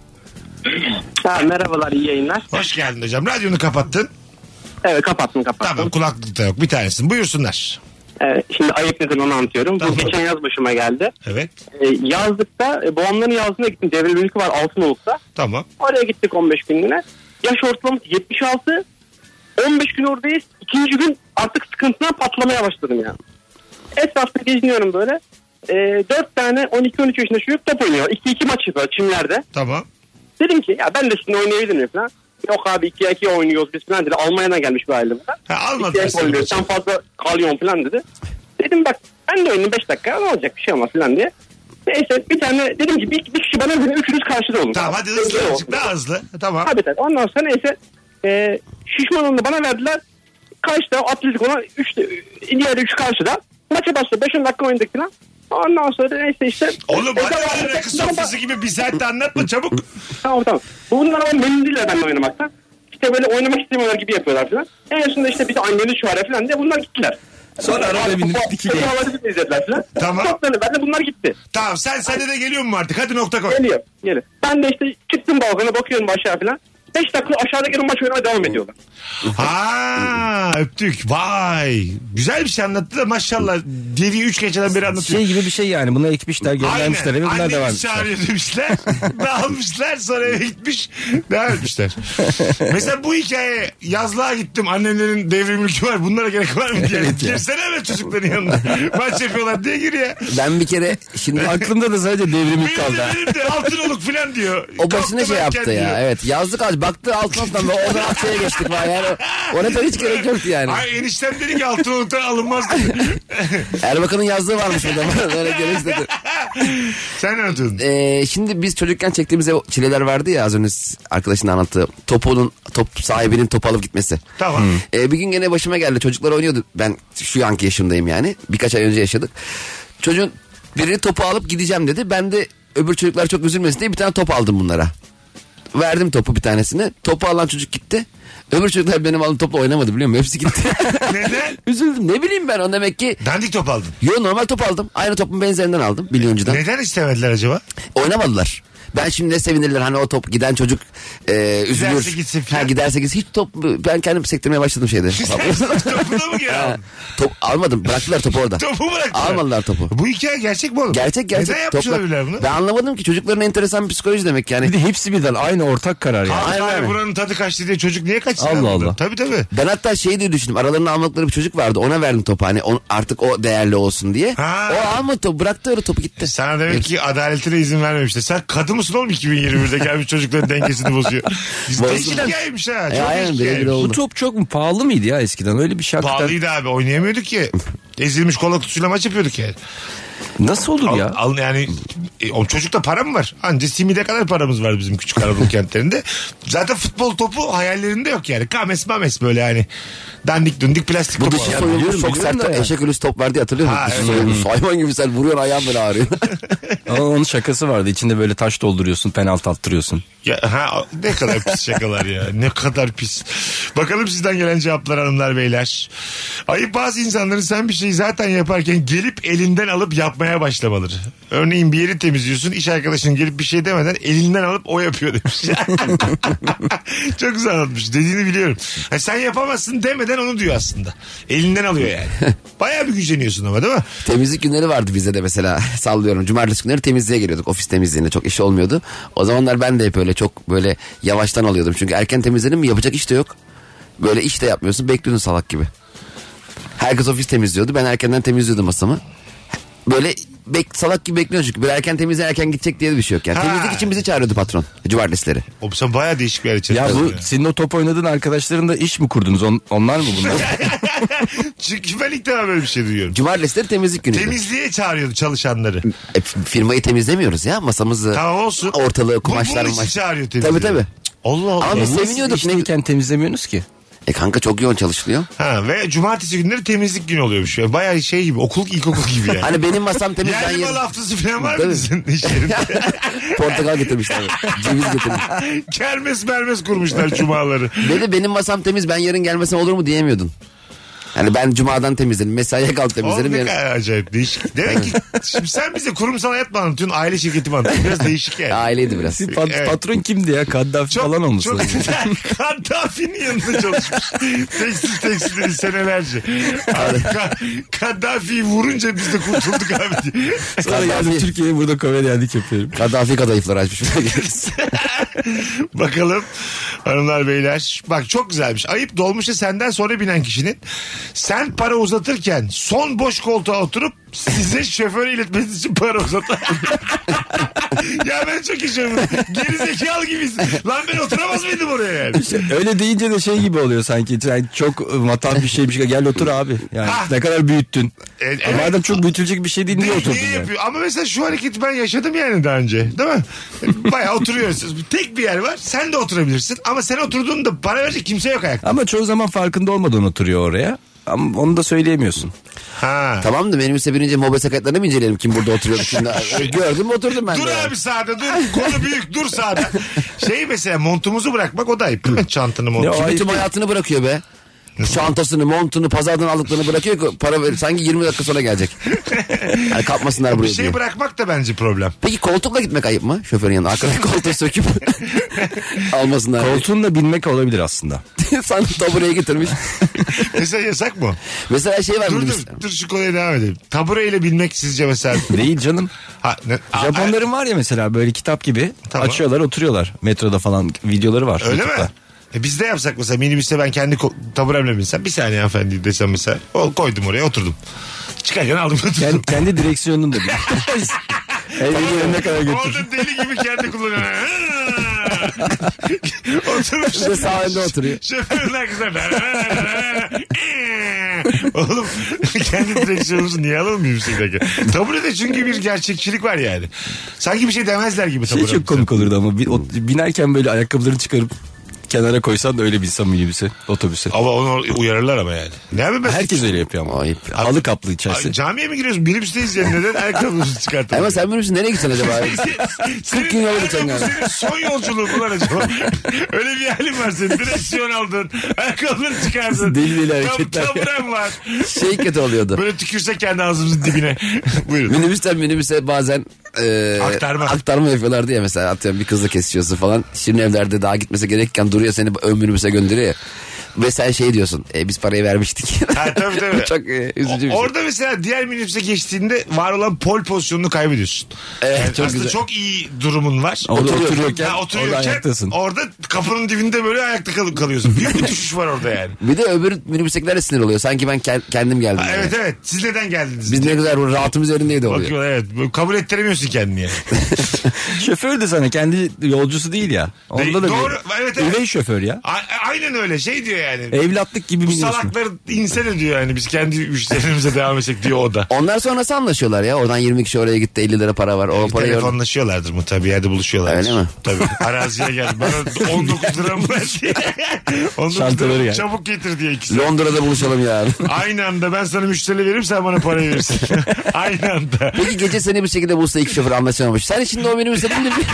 Merhabalar, iyi yayınlar. Hoş geldin hocam. Radyonu kapattın. Evet, kapattım. Tamam, kulaklık da yok. Bir tanesin. Buyursunlar. Şimdi ayıp nedir onu anlatıyorum. Tamam. Bu geçen yaz başıma geldi. Evet. Yazlıkta babamların yazlığına gittim. Devre Mülkü var Altınoluk'ta. Tamam. Oraya gittik 15 günlüğüne. Yaş ortalaması 76. 15 gün oradayız. İkinci gün artık sıkıntıdan patlamaya başladım ya. Etrafta geziniyorum böyle. 4 tane 12-13 yaşında çocuk top oynuyor. 2-2 maç yapıyor çimlerde. Tamam. Dedim ki ya ben de sizinle oynayabilir miyim falan. Yok abi 2-2 oynuyoruz biz falan dedi. Almanya'dan gelmiş bir aile burada. Almadı. 2-2 oynuyoruz. Sen fazla kalyon falan dedi. Dedim bak ben de oynayayım 5 dakika, ne olacak, bir şey olmaz falan diye. Neyse bir tane dedim ki bir kişi bana verin, üçünüz karşıda olun. Tamam, hadi hızlı azıcık, daha hızlı. Tamam. Tabii. Ondan sonra neyse şişman onu bana verdiler. Karşıda atletik olan diğer 3 karşıda. Maça başladı 5-10 dakika oynadık falan. Ondan sonra neyse işte. Oğlum hadi rakı sofrası gibi bir saatte anlatma çabuk. Tamam. Bunlar ama memnun değiller benimle oynamaktan. İşte böyle oynamak istemiyorlar gibi yapıyorlar falan. En sonunda işte bir de anneni çağırıyor falan diye bunlar gittiler. Sonra arada binip dikiliyor. Havaları izlediler falan. Tamam. Çok ben de bunlar gitti. Tamam sende de geliyor mu artık? Hadi nokta koy. Geliyor. Ben de işte çıktım balkona bakıyorum aşağı falan. 5 dakika aşağıdaki maç oynamaya devam ediyorlar. Ha öptük. Vay. Güzel bir şey anlattı da maşallah. Dediği 3 geceden beri anlatıyor. Şey gibi bir şey yani. Buna ekmişler, göndermişler eve, bunlar devam etmişler. etmişler. Annemiz çağırıyor demişler. Dağılmışlar sonra eve gitmiş. Devam etmişler. Mesela bu hikaye yazlığa gittim. Annemlerin devrimlülkü var. Bunlara gerek var mı diye. Evet ya. Girsene hemen çocukların yanına. Maç yapıyorlar diye gir ya. Ben bir kere şimdi Aklımda da sadece devrimlik kaldı. Benim de altınoluk falan diyor. o başına Kalktı şey ben yaptı kendim ya. diyor. Evet yazlık ağaç baktı altından ve o zaman şeye geçtik var yani. Ona da hiç gerek yoktu yani. Ay eniştem dedi ki altınoluktan alınmaz dedi. Erbakan'ın yazdığı varmış burada. Öyle gerek istedi. Sen ne anlatıyordun? Şimdi biz çocukken çektiğimiz çileler vardı ya az önce arkadaşın anlattığı. Top sahibinin topu alıp gitmesi. Tamam. Bir gün gene başıma geldi. Çocuklar oynuyordu. Ben şu anki yaşımdayım yani. Birkaç ay önce yaşadık. Çocuğun biri topu alıp gideceğim dedi. Ben de öbür çocuklar çok üzülmesin diye bir tane top aldım bunlara. Verdim topu bir tanesine. Topu alan çocuk gitti. Öbür çocuklar benim aldığım topla oynamadı biliyor musun? Hepsi gitti. Neden? Üzüldüm. Ne bileyim ben o demek ki. Dandik top aldın. Yo normal top aldım. Aynı topun benzerinden aldım milyoncudan. Neden istemediler acaba? Oynamadılar. Ben şimdi ne sevinirler hani o top giden çocuk üzülür. Giderse gitsin falan. Giderse gitsin. Hiç top ben kendim sektirmeye başladım şeyde. Topunu mu geri aldın? Top almadım. Bıraktılar topu orada. Topu bıraktılar. Almadılar topu. Bu hikaye gerçek mi oğlum? Gerçek. Neden yapmış Topla- olabilirler bunu? Ben anlamadım ki çocukların enteresan bir psikoloji demek yani. Bir de hepsi birden aynı ortak karar yani. Abi Aynen. buranın tadı kaçtı diye çocuk niye kaçsın? Allah bundan? Allah. Tabii. Ben hatta şey diye düşündüm. Aralarında almadıkları bir çocuk vardı. Ona verdim topu. Hani artık o değerli olsun diye. Ha. O almadı topu. Bıraktı öyle topu gitti. Sana demek ki adaletine izin vermemişler. Sen kadı mısın oğlum 2021'de gelmiş çocukların dengesini bozuyor. Değişik hikayeymiş ha. Çok aynen, değişik bire bire hikayeymiş. oldu. Bu top çok mu pahalı mıydı ya eskiden? Öyle bir şey hakikaten. Pahalıydı abi oynayamıyorduk ki. Ezilmiş kola kutusuyla maç yapıyorduk yani. Nasıl olur ya? Yani o çocukta para mı var? Anca simide kadar paramız var bizim küçük Anadolu kentlerinde. Zaten futbol topu hayallerinde yok yani. Kames mames böyle yani. Dandik dundik plastik Bu topu. dışı var. soyulmuş çok biliyorum sert da. eşek ölüsü top vardı ya, hatırlıyor musun? Ha, Dışı evet. soyulmuş. Hayvan gibi sen vuruyorsun ayağın böyle ağrıyor. Ama onun şakası vardı. İçinde böyle taş dolduruyorsun, penaltı attırıyorsun. Ya, ne kadar pis şakalar ya. Ne kadar pis. Bakalım sizden gelen cevaplar hanımlar beyler. Ayıp bazı insanların sen bir şeyi zaten yaparken gelip elinden alıp yapmaya başlamaları. Örneğin bir yeri temizliyorsun, iş arkadaşın gelip bir şey demeden elinden alıp o yapıyor demiş. Çok güzel anlatmış. Dediğini biliyorum. Yani sen yapamazsın demeden onu diyor aslında. Elinden alıyor yani. Bayağı bir güceniyorsun ama değil mi? Temizlik günleri vardı bizde de mesela, sallıyorum. Cumartesi günleri temizliğe geliyorduk. Ofis temizliğinde çok iş olmuyordu. O zamanlar ben de hep öyle çok böyle yavaştan alıyordum. Çünkü erken temizledim mi yapacak iş de yok. Böyle iş de yapmıyorsun, bekliyordun salak gibi. Herkes ofis temizliyordu. Ben erkenden temizliyordum masamı. Böyle salak gibi bekliyorsun çünkü. Böyle erken temizle erken gidecek diye de bir şey yok yani. Ha. Temizlik için bizi çağırıyordu patron. Cumartesileri. O sen bayağı değişik bir yer için. Ya bu senin o top oynadığın arkadaşların da iş mi kurdunuz? Onlar mı bunlar? Çünkü ben ilk defa böyle bir şey duyuyorum. Cumartesileri temizlik günüydü. Temizliğe çağırıyordu çalışanları. Firmayı temizlemiyoruz ya, masamızı. Tamam olsun. Ortalığı, kumaşlar. Bunun için çağırıyor temizliğe. Tabii. Allah Allah. Ama biz Nasıl seviniyorduk. işteyken temizlemiyorsunuz ki? Kanka çok yoğun çalışılıyor. Ha, ve cumartesi günleri temizlik günü oluyormuş. Yani bayağı şey gibi, ilkokul gibi yani. Hani benim masam temiz, ben Yerli yerim. mal haftası falan var mı Tabii. sizin iş yerinde? Portakal getirmişler. Ceviz getirmiş. Kermes mermes kurmuşlar cumaları. Benim masam temiz, ben yarın gelmesem olur mu diyemiyordun. Hani ben cumadan temizledim, mesaiye kalk temizledim. Oğlum ne Yani. kadar acayip değişik. Demek ki şimdi sen bize kurumsal hayat mı anlatıyorsun, aile şirketi mi anlatıyorsun? Biraz değişik yani. Aileydi biraz. Evet. Patron kimdi ya? Kaddafi falan olmuş. Çok güzel. Kaddafi'nin yanında çalışmış. Tekstil senelerce. Kaddafi'yi vurunca biz de kurtulduk abi diye. Sonra geldim Türkiye'ye, burada komedyenlik yapıyorum. Kaddafi kadayıflar açmış. Bakalım hanımlar beyler. Bak çok güzelmiş. Ayıp dolmuşa senden sonra binen kişinin sen para uzatırken son boş koltuğa oturup size şoföre iletmesi için para uzatan. Ya ben çok iyi şoförüm. Gerizekalı gibiyiz. Lan ben oturamaz mıydım oraya yani? Öyle deyince de şey gibi oluyor sanki. Yani çok matan bir şeymiş. Gel otur abi. Yani ne kadar büyüttün. Evet. Madem çok büyütülecek bir şey değil, niye oturdun yani? Yapıyor? Ama mesela şu hareketi ben yaşadım yani daha önce. Değil mi? Bayağı oturuyorsunuz. Tek bir yer var. Sen de oturabilirsin. Ama sen oturduğunda para verecek kimse yok ayakta. Ama çoğu zaman farkında olmadan oturuyor oraya. Ama onu da söyleyemiyorsun. Ha. Tamam da minibüse binince mobilya kayıtlarını mı inceleyelim kim burada oturuyordu şimdi? Gördüm oturdum ben Dur de. abi sağda dur. Konu büyük dur sağda. Mesela montumuzu bırakmak o da ayıp değil mi? Çantanı montu. Kim tüm hayatını bırakıyor be. Çantasını, montunu, pazardan aldıklarını bırakıyor ki para verir. Sanki 20 dakika sonra gelecek. Yani kapmasınlar buraya Bir şey diye. bırakmak da bence problem. Peki koltukla gitmek ayıp mı? Şoförün yanına. Arkadaki koltuğu söküp almasınlar. Koltuğunla binmek olabilir aslında. Sana tabureye getirmiş. Mesela yasak mı? Mesela şey var mı? Dur şu konuya devam edelim. Tabureyle binmek sizce mesela? Değil canım. Japonların var ya mesela böyle kitap gibi Tamam. açıyorlar oturuyorlar. Metroda falan videoları var. Öyle YouTube'da. mi? Biz de yapsak mesela minibüste ben kendi taburemle binsem. Bir saniye hanımefendi desem mesela. Koydum oraya oturdum. Çıkarken aldım götürdüm. Kendi direksiyonunu da bil. Ne kadar götür. Orada deli gibi kendi kullanıyor. Oturmuş. Bir de sağ önde oturuyor. Şoförün arkasında. Oğlum kendi direksiyonumuzu niye alalım minibüsteki? Taburede çünkü bir gerçekçilik var yani. Sanki bir şey demezler gibi Şey taburede. çok komik olurdu ama binerken böyle ayakkabılarını çıkarıp kenara koysan da öyle binsen minibüse, otobüse. Ama onu uyarırlar ama yani. Ne yapayım ben? Herkes öyle yapıyor ama. Ayıp. Halı kaplı içerisi. Camiye mi giriyorsun? Minibüsteyiz yani. Neden ayakkabımızı çıkartalım? Ama sen minibüsün nereye gideceksin acaba? 40 gün yol gideceksin Bu yani. senin son yolculuğun mu lan acaba? Öyle bir halin var senin. Direksiyon aldın. Ayakkabıları çıkardın. Deli hareketler. Taburen var. Şey kötü oluyordu. Böyle tükürse kendi ağzımızın dibine. Buyurun. Minibüsten minibüse bazen aktarma yapıyorlardı ya mesela, atıyorum bir kızla kesişiyorsun falan. Şirin evlerde daha gitmesi gerekken duruyor seni ön minibüse gönderiyor ya. Ve sen şey diyorsun, biz parayı vermiştik. Ha, tabii. Çok üzücü bir şey. Orada mesela diğer minibüse geçtiğinde var olan pol pozisyonunu kaybediyorsun. Evet, Yani çok aslında güzel. çok iyi durumun var. Orada oturuyorken, oturuyorken orada ayaktasın. orada kapının dibinde böyle ayakta kalıyorsun. Büyük bir düşüş var orada yani. Bir de öbür minibüstekiler de sinir oluyor. Sanki ben kendim geldim. Ha, yani. evet. Siz neden geldiniz? Biz ne güzel rahatımız yerindeydi oluyor. Bakıyor evet. Kabul ettiremiyorsun kendini yani. Şoför de sana kendi yolcusu değil ya. Onda da Doğru. Evet. üvey şoför ya. Aynen öyle şey diyor yani. Evlatlık gibi Bu biniyorsun. salakları insene diyor yani. Biz kendi müşterimize devam etsek diyor o da. Onlar sonrası anlaşıyorlar ya. Oradan 20 kişi oraya gitti, 50 lira para var. O parayı Telefonlaşıyorlardır mu tabii, yerde buluşuyorlardır. Öyle mi? Tabii. Araziye geldi. Bana 19 lira mı ver diye. 19 Şantaları lira yani. çabuk getir diye ikisi. Londra'da buluşalım ya. Aynı anda ben sana müşteri veririm, sen bana parayı verirsin. Aynı anda. Peki gece seni bir şekilde bulsa iki şoför anlaşamamış. Sen şimdi o minibüse bindin mi?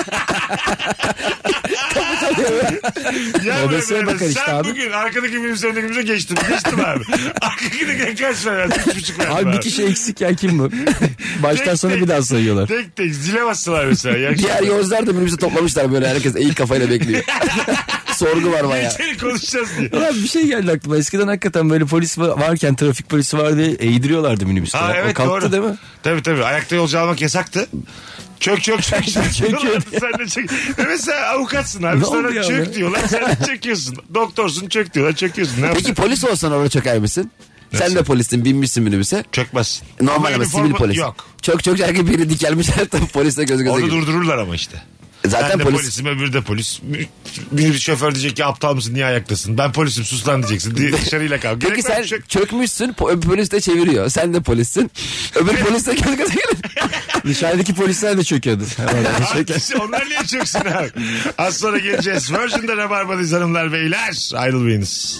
Ya Odasına böyle, bakar işte sen abi. bugün arkadaki minibüse öndeki minibüse geçtim. Geçtim abi. Arkadaki kaç ver? 3,5 ver. Abi bir kişi eksik ya, kim bu? Baştan Tek sona tek. bir daha sayıyorlar. Tek zile bastılar mesela. Ya. Diğer yolcular da minibüse toplamışlar böyle, herkes eğik kafayla bekliyor. Sorgu var bayağı. Geçelim konuşacağız diye. Ulan bir şey geldi aklıma. Eskiden hakikaten böyle polis varken, trafik polisi var diye eğdiriyorlardı minibüste. Ha, evet, o kalktı doğru. değil mi? Tabii. Ayakta yolcu almak yasaktı. Çök. Çöküyor. Sen de çök. Mesela avukatsın abi. Ne Sana oldu ya çök be? diyorlar. Sen de çöküyorsun. Doktorsun, çök diyorlar. Çöküyorsun. Ne Peki yapacaksın? polis olsan orada çöker misin? Sen de polissin, binmişsin minibüse. Çökmezsin. Normal ama sivil polis. Yok. Çok herkes biri dikelmişler tabii, polisle göz göze Orada geliyor. durdururlar ama işte. Zaten ben de polis. polisim, öbürü de polis. Bir şoför diyecek ki aptal mısın, niye ayaktasın? Ben polisim, sus lan diyeceksin. Dışarıyla kal. Peki sen çökmüşsün, öbür polis de çeviriyor. Sen de polissin. Öbür polis de göz göze geliyor. Dışarıdaki polisler de çöküyordu. Onlar niye çöksün abi? Az sonra geleceğiz. Virgin'de Rabarba'dayız hanımlar beyler. Ayrılmayınız.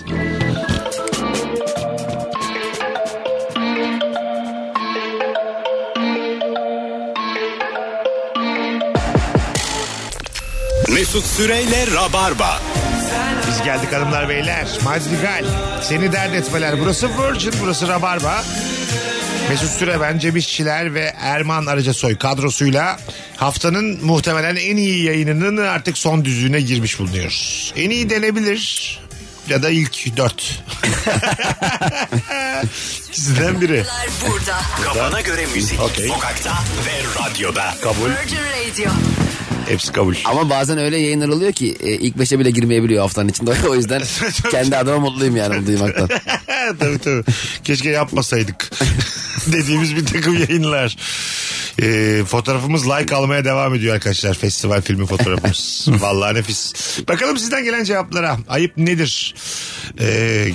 Mesut Süreyle Rabarba. Biz geldik hanımlar beyler. Madrigal. Seni dert etmeler. Burası Virgin, burası Rabarba. Mesut Süre, ben Cem İşçiler ve Erman Arıcasoy kadrosuyla haftanın muhtemelen en iyi yayınının artık son düzlüğüne girmiş bulunuyoruz. En iyi denebilir ya da ilk 4. İkisinden biri. Burada. Kafana göre müzik. Okey. Sokakta ve radyoda. Kabul. Virgin Radio. Hepsi kabul. Ama bazen öyle yayınlar oluyor ki ilk 5'e bile girmeyebiliyor haftanın içinde. O yüzden kendi adıma mutluyum yani bunu duymaktan. tabii. Keşke yapmasaydık. Dediğimiz bir takım yayınlar. Fotoğrafımız like almaya devam ediyor arkadaşlar. Festival filmi fotoğrafımız. Vallahi nefis. Bakalım sizden gelen cevaplara. Ayıp nedir?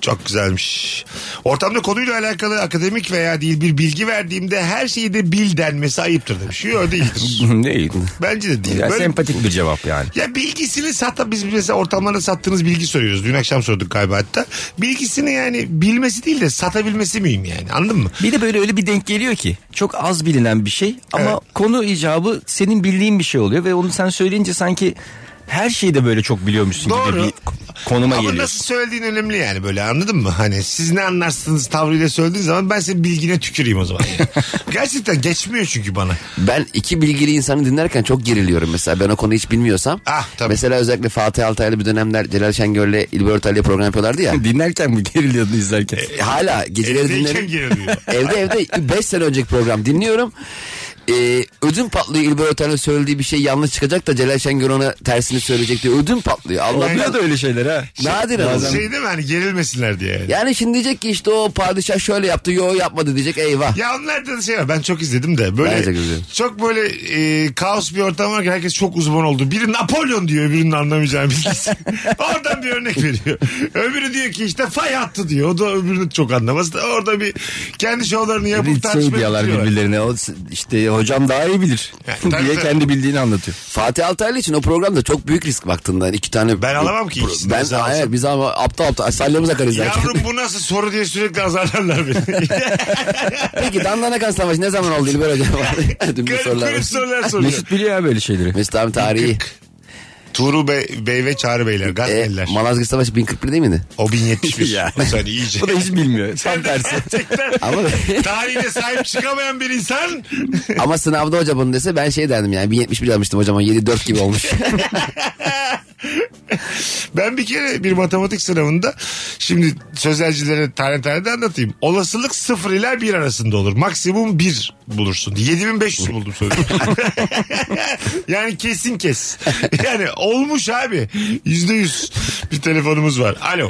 Çok güzelmiş. Ortamda konuyla alakalı akademik veya değil bir bilgi verdiğimde her şeyi de bil denmesi ayıptır demiş. Yok değildir. Değil. Bence de değil. Ya Böyle, sempatik bir cevap yani. ya bilgisini biz mesela ortamlarda sattığınız bilgi soruyoruz. Dün akşam sorduk galiba hatta. Bilgisini yani bilmesi değil de satabilmesi miyim yani, anladın mı? Bir de böyle öyle bir denk geliyor ki çok az bilinen bir şey ama Evet. konu icabı senin bildiğin bir şey oluyor ve onu sen söyleyince sanki her şeyi de böyle çok biliyormuşsun Doğru. gibi bir konuma Ama geliyorsun. nasıl söylediğin önemli yani, böyle anladın mı? Hani siz ne anlarsınız tavrıyla söylediğin zaman ben senin bilgine tüküreyim o zaman. Yani. Gerçekten geçmiyor çünkü bana. Ben iki bilgili insanı dinlerken çok geriliyorum mesela. Ben o konuyu hiç bilmiyorsam. Tabii. Mesela özellikle Fatih Altaylı bir dönemler Celal Şengör'le İlber Ortaylı'ya program yapıyorlardı ya. Dinlerken mi geriliyordun izlerken? Hala geceleri Evdeyken dinlerim. geriliyor. Evde 5 sene önceki program dinliyorum. Ödüm patlıyor, İlber Ortaylı'nın söylediği bir şey yanlış çıkacak da Celal Şengör ona tersini söyleyecek diye ödüm patlıyor. Allah Oluyor da öyle şeyler ha. Nadiren. Şey değil mi hani, gerilmesinler diye yani. Yani şimdi diyecek ki işte o padişah şöyle yaptı, yo yapmadı diyecek, eyvah. Ya onlarda da şey var, ben çok izledim de böyle Ben de izledim. çok böyle kaos bir ortam var ki herkes çok uzman oldu. Biri Napolyon diyor, öbürünün anlamayacağı bilgisi. Oradan bir örnek veriyor. Öbürü diyor ki işte fay hattı diyor. O da öbürünü çok anlamaz. Orada bir kendi şovlarını yapıp Bir şey tartışmaya diyorlar bitiriyorlar. birbirlerine. O işte hocam daha iyi bilir tabii, diye tabii. kendi bildiğini anlatıyor. Fatih Altaylı için o programda çok büyük risk baktığında. 2 tane. Ben alamam ki ikisini. Ben Mesela alsam. hayır, biz ama aptal salyamız akar izlerken. Yavrum bu nasıl soru diye sürekli azarlarlar beni. Peki Dandanakan Savaşı ne zaman oldu İlber Hocam? Dün bir sorular Garip var. sorular soruyor. Mesut biliyor ya böyle şeyleri. Mesut abi tarihi. Tuğrul Bey ve Çağrı Beyler, Gazneliler. Malazgirt Savaşı 1041 değil miydi? O 1071. Ya. Sen iyice. Bu da hiç bilmiyor. Tam tersi. Gerçekten Ama tarihine sahip çıkamayan bir insan. ama sınavda hoca bunu dese ben şey derdim yani 1071 almıştım hocam, 7-4 gibi olmuş. Ben bir kere bir matematik sınavında, şimdi sözelcilere tane de anlatayım. Olasılık 0 ile 1 arasında olur. Maksimum 1 bulursun. 7500 buldum sözüm. Yani kesin kes. Yani olmuş abi. %100 bir telefonumuz var. Alo.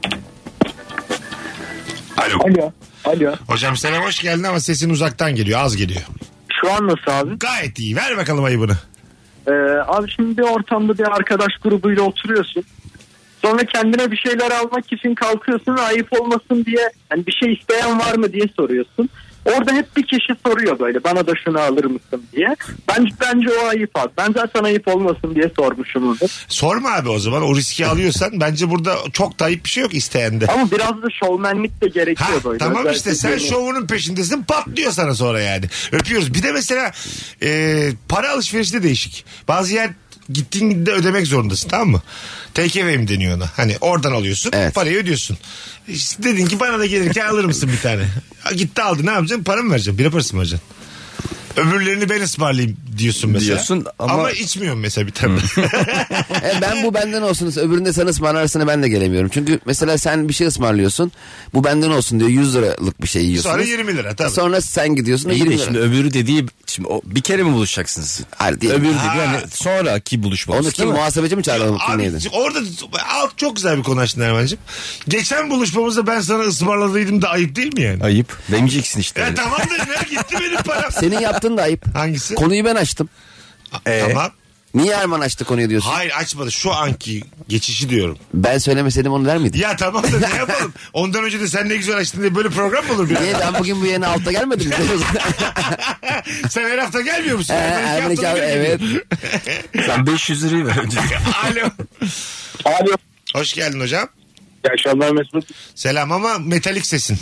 Alo. Hocam selam, hoş geldin ama sesin uzaktan geliyor, az geliyor. Şu an nasıl abi? Gayet iyi. Ver bakalım ayıbını. Abi şimdi bir ortamda bir arkadaş grubuyla oturuyorsun. Sonra kendine bir şeyler almak için kalkıyorsun ve ayıp olmasın diye hani bir şey isteyen var mı diye soruyorsun. Orada hep bir kişi soruyor böyle, bana da şunu alır mısın diye. Bence o ayıp abi. Ben zaten ayıp olmasın diye sormuşumdur. Sorma abi o zaman, o riski alıyorsan. Bence burada çok da ayıp bir şey yok isteyende. Ama biraz da şovmenlik de gerekiyor böyle. Tamam Özellikle işte sen şovunun peşindesin, patlıyor sana sonra yani. Öpüyoruz. Bir de mesela para alışverişi de değişik. Bazı yer gittiğinde ödemek zorundasın, tamam mı? Take away mi deniyor ona? Hani oradan alıyorsun, Evet. parayı ödüyorsun. İşte dedin ki bana da gelirken alır mısın bir tane? Gitti aldı, ne yapacaksın? Para mı vereceksin? Bira parası mı vereceksin? Öbürlerini ben ısmarlayayım diyorsun mesela. Diyorsun ama içmiyorum mesela bir tane. Ben bu benden olsun, öbüründe sen ısmarlarsın, ben de gelemiyorum. Çünkü mesela sen bir şey ısmarlıyorsun, bu benden olsun diyor, 100 liralık bir şey yiyorsunuz. Sonra 20 lira tabii. Sonra sen gidiyorsun İyi 20 de lira. şimdi öbürü dediği şimdi o bir kere mi buluşacaksınız? Hayır, değil. Öbürü Ha. dediği hani sonraki buluşma. Onu kim, muhasebeci mi çağıralım? Kim Abi neydi? orada çok güzel bir konu açtın Erman'cığım. Geçen buluşmamızda ben sana ısmarladıydım da ayıp değil mi yani? Ayıp. Demeyeceksin işte. Ya tamam da ne gitti benim param. Senin yaptığın da ayıp. Hangisi? Konuyu ben açtım. Tamam. Niye Erman açtı konuyu diyorsun? Hayır açmadı, şu anki geçişi diyorum. Ben söylemeseydim onu der miydin? Ya tamam da ne yapalım? Ondan önce de sen ne güzel açtın diye böyle program mı olur bir? Niye, ben bugün bu yayına altta gelmedim mi? Sen her hafta gelmiyor musun? Erman iki hafta, evet. Sen 500 lirayı ver önce. Alo. Alo. Hoş geldin hocam. İyi akşamlar Mesut. Selam ama metalik sesin.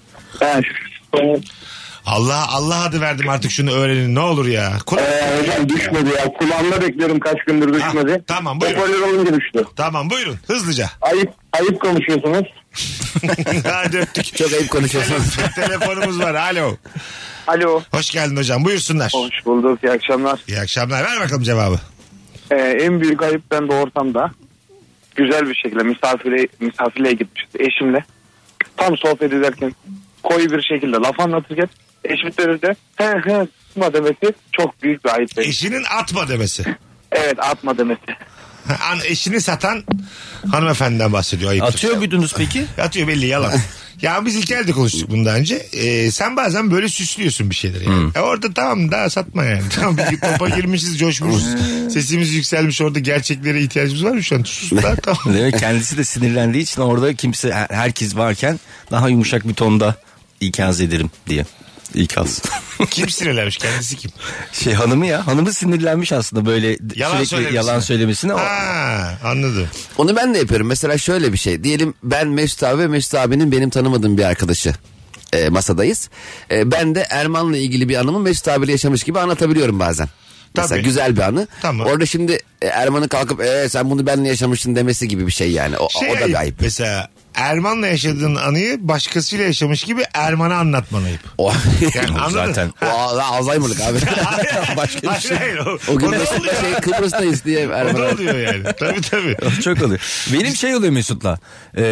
Allah adı verdim, artık şunu öğrenin ne olur ya. Hocam düşmedi ya. Kulağımda bekliyorum, kaç gündür düşmedi. Tamam, buyurun. Hoparlör olunca düştü. Tamam buyurun hızlıca. Ayıp konuşuyorsunuz. Hadi öptük. Çok ayıp konuşuyorsunuz. Telefonumuz var. Alo. Alo. Hoş geldin hocam, buyursunlar. Hoş bulduk. İyi akşamlar. İyi akşamlar, ver bakalım cevabı. En büyük ayıp ben de ortamda güzel bir şekilde misafirliğe gitmiştim eşimle. Tam sohbet ederken koyu bir şekilde laf anlatırken eşim de he atma demesi çok büyük bir ayıp. Eşinin atma demesi. Evet, atma demesi. Eşini satan hanımefendiden bahsediyor, ayıptır. Atıyor muydunuz peki? Atıyor belli, yalan. Ya biz İlker'le de konuştuk bundan önce. Sen bazen böyle süslüyorsun bir şeyleri yani. Orada tamam daha satma yani. Tamam bir topa girmişiz, coşmuşuz. Sesimiz yükselmiş, orada gerçekleri ihtiyacımız var mı şu an? Sus da tamam. Demek kendisi de sinirlendiği için orada kimse, herkes varken daha yumuşak bir tonda ikaz ederim diye. İkaz. Kim sinirlenmiş, kendisi kim? Hanımı ya. Hanımı sinirlenmiş aslında böyle sürekli yalan söylemesine. Ha, anladım. Onu ben de yapıyorum. Mesela şöyle bir şey. Diyelim ben Mesut abi ve Mesut abinin benim tanımadığım bir arkadaşı. Masadayız. Ben de Erman'la ilgili bir anımı Mesut abiyle yaşamış gibi anlatabiliyorum bazen. Mesela Tabii. güzel bir anı. Tamam. Orada şimdi Erman'ın kalkıp sen bunu benimle yaşamışsın demesi gibi bir şey yani. O da bir ayıp. Mesela Erman'la yaşadığın anıyı başkasıyla yaşamış gibi Erman'a anlatman ayıp. Yani anladın? Zaten. O Alzheimer'lık abi. Başka bir şey. Hayır, O gün Mesut'la Kıbrıs'tayız diye Erman'a. O da oluyor yani. Tabii. Çok oluyor. Benim oluyor Mesut'la.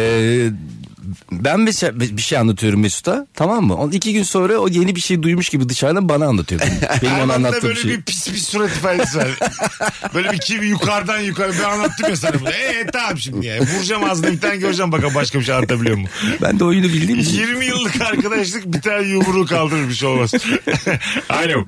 Ben mesela bir şey anlatıyorum Mesut'a, tamam mı? 2 gün sonra o yeni bir şey duymuş gibi dışarıdan bana anlatıyor. Benim ona anlattığım böyle şey. bir pis surat ifadesi var. Böyle bir kimi yukarıdan ben anlattım ya sana bunu. Tamam şimdi yani. Vuracağım ağzına bir tane, göreceğim bakalım başka bir şey anlatabiliyor mu? Ben de oyunu bildiğim için. 20 yıllık arkadaşlık bir tane yumruğu kaldırmış olmaz. Alo.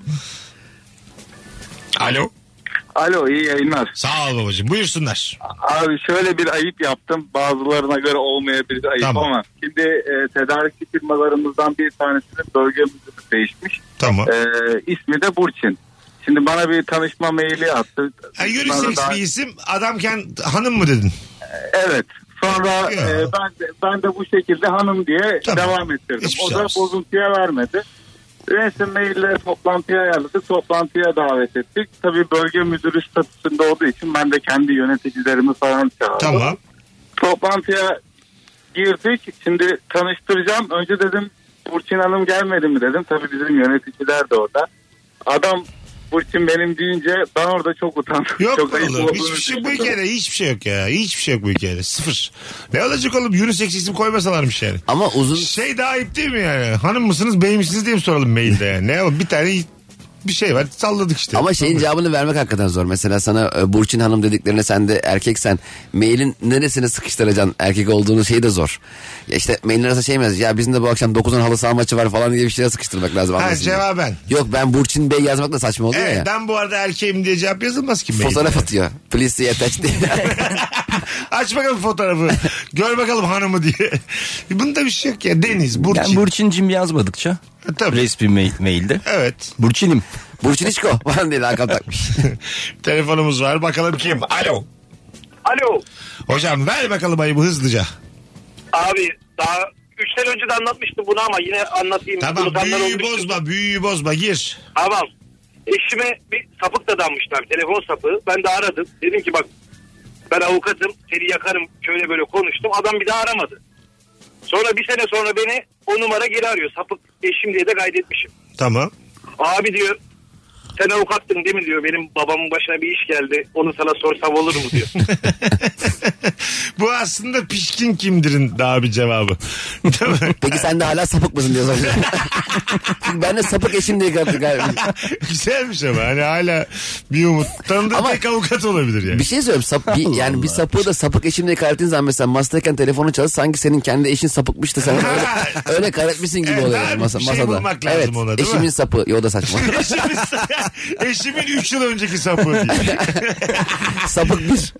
Alo. Alo, iyi yayınlar. Sağ ol babacığım, buyursunlar. Abi şöyle bir ayıp yaptım. Bazılarına göre olmayabilir ayıp ama. Şimdi tedarikçi firmalarımızdan bir tanesinin bölge müdürü değişmiş. Tamam. İsmi de Burçin. Şimdi bana bir tanışma maili attı. Unisex bir isim, adamken hanım mı dedin? Evet. Sonra ben de bu şekilde hanım diye devam ettirdim. O da bozuntuya vermedi. Resim maille toplantıya ayarladık. Toplantıya davet ettik. Tabii bölge müdürü statüsünde olduğu için ben de kendi yöneticilerimi falan çağırdım. Tamam. Toplantıya girdik. Şimdi tanıştıracağım. Önce dedim Burçin Hanım gelmedi mi dedim. Tabii bizim yöneticiler de orada. Adam Burçin benim deyince ben orada çok utandım. Yok çok oğlum, hiçbir şey bu hikayede, hiçbir şey yok ya. Hiçbir şey yok bu hikayede, sıfır. Ne olacak oğlum, unisex isim koymasalarmış yani. Ama uzun... daha ayıp değil mi yani? Hanım mısınız, bey misiniz diye mi soralım mailde yani? Ne oğlum, bir tane bir şey var, salladık işte. Ama şeyin cevabını vermek hakikaten zor. Mesela sana Burçin Hanım dediklerine sen de erkeksen mailin neresine sıkıştıracaksın erkek olduğunu şey de zor. Ya işte mailin arasında şey mi ya bizim de bu akşam 9'dan halı saha maçı var falan diye bir şeye sıkıştırmak lazım. Ha, cevaben. Yok, ben Burçin Bey yazmak da saçma oluyor ya. Ben bu arada erkeğim diye cevap yazılmaz ki mailde. Fotoğraf atıyor. Please see attached diye. Aç bakalım fotoğrafı. Gör bakalım hanımı diye. Bunda bir şey yok ya. Deniz, Burçin. Ben Burçincim yazmadıkça. Tabii. Resmi mailde. Evet. Burçinim. Burçinişko falan diye lakap takmış. Telefonumuz var, bakalım kim? Alo. Alo. Hocam ver bakalım ayıbı hızlıca. Abi daha 3 sene önce de anlatmıştım bunu ama yine anlatayım. Tamam, büyüyü bozma gir. Tamam. Eşime bir sapık dadanmışlar, telefon sapığı. Ben de aradım. Dedim ki bak ben avukatım, seni yakarım, şöyle böyle konuştum. Adam bir daha aramadı. Sonra bir sene sonra beni o numara geri arıyor. Sapık eşim diye de kaydetmişim. Tamam. Abi diyor sen avukattın değil mi diyor. Benim babamın başına bir iş geldi. Onu sana sorsam olur mu diyor. Bu aslında pişkin kimdirin daha bir cevabı. Peki sen de hala sapık mısın diye soruyorum. Çünkü ben de sapık eşim diye kaldık galiba. Güzelmiş ama hani hala bir umut. Tanıdığın tek avukat olabilir yani. Bir şey söyleyeyim. Yani bir sapığı da sapık eşim diye kaydettiğin zaman mesela masadayken telefonu çalır sanki senin kendi eşin sapıkmış da sen öyle kaydetmişsin gibi oluyor yani masada. Bulmak lazım ona, değil eşimin mi? sapı. O da saçma. Eşimin 3 yıl önceki sapı diye. Sapık bir.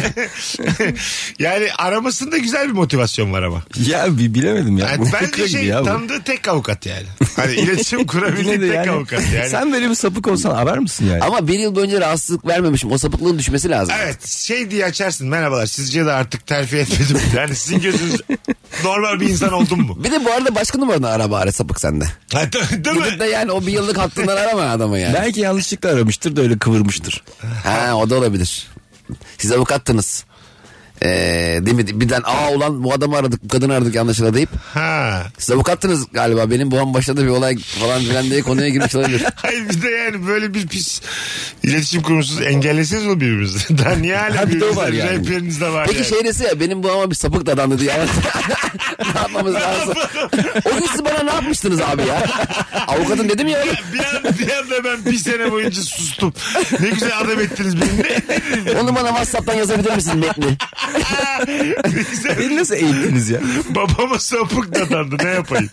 Yani aramasında güzel bir motivasyon var ama. Ya bilemedim ya. Yani bence tanıdığı tek avukat yani. Hani iletişim kurabildiği tek yani, avukat yani. Sen böyle bir sapık olsan haber misin yani? Ama bir yıl boyunca rahatsızlık vermemişim. O sapıklığın düşmesi lazım. Evet, diye açarsın. Merhabalar, sizce de artık terfi etmedim. Yani sizin gözünüz normal bir insan oldum mu? Bir de bu arada başka numaradan ara bari sapık sende. Ha, değil mi? Gidip de yani o bir yıllık hattından arama adamı yani. Belki yanlışlıkla aramıştır da öyle kıvırmıştır. Ha, o da olabilir. Siz avukattınız. Değil mi? Birden ulan bu adamı aradık, bu kadını aradık yanlışlıkla deyip. Ha. Siz avukattınız galiba. Benim babam başladı bir olay falan filan diye konuya girmiş olabilir. Hayır, bir de yani böyle bir pis iletişim kurmuşsunuz, engelleseniz o birbirimizi. Daha niye hala birbirimizde yani. Rehberiniz de var. Peki yani. Şeydesi ya benim babama bir sapık dadandı diye. Ne yapmamız lazım? O gün siz bana ne yapmıştınız abi ya? Avukatın dedim ya. Bir anda ben bir sene boyunca sustum. Ne güzel adam ettiniz beni. Onu bana WhatsApp'tan yazabilir misin metni? Beni nasıl eğittiniz ya? Babama sapık dadandı, ne yapayım?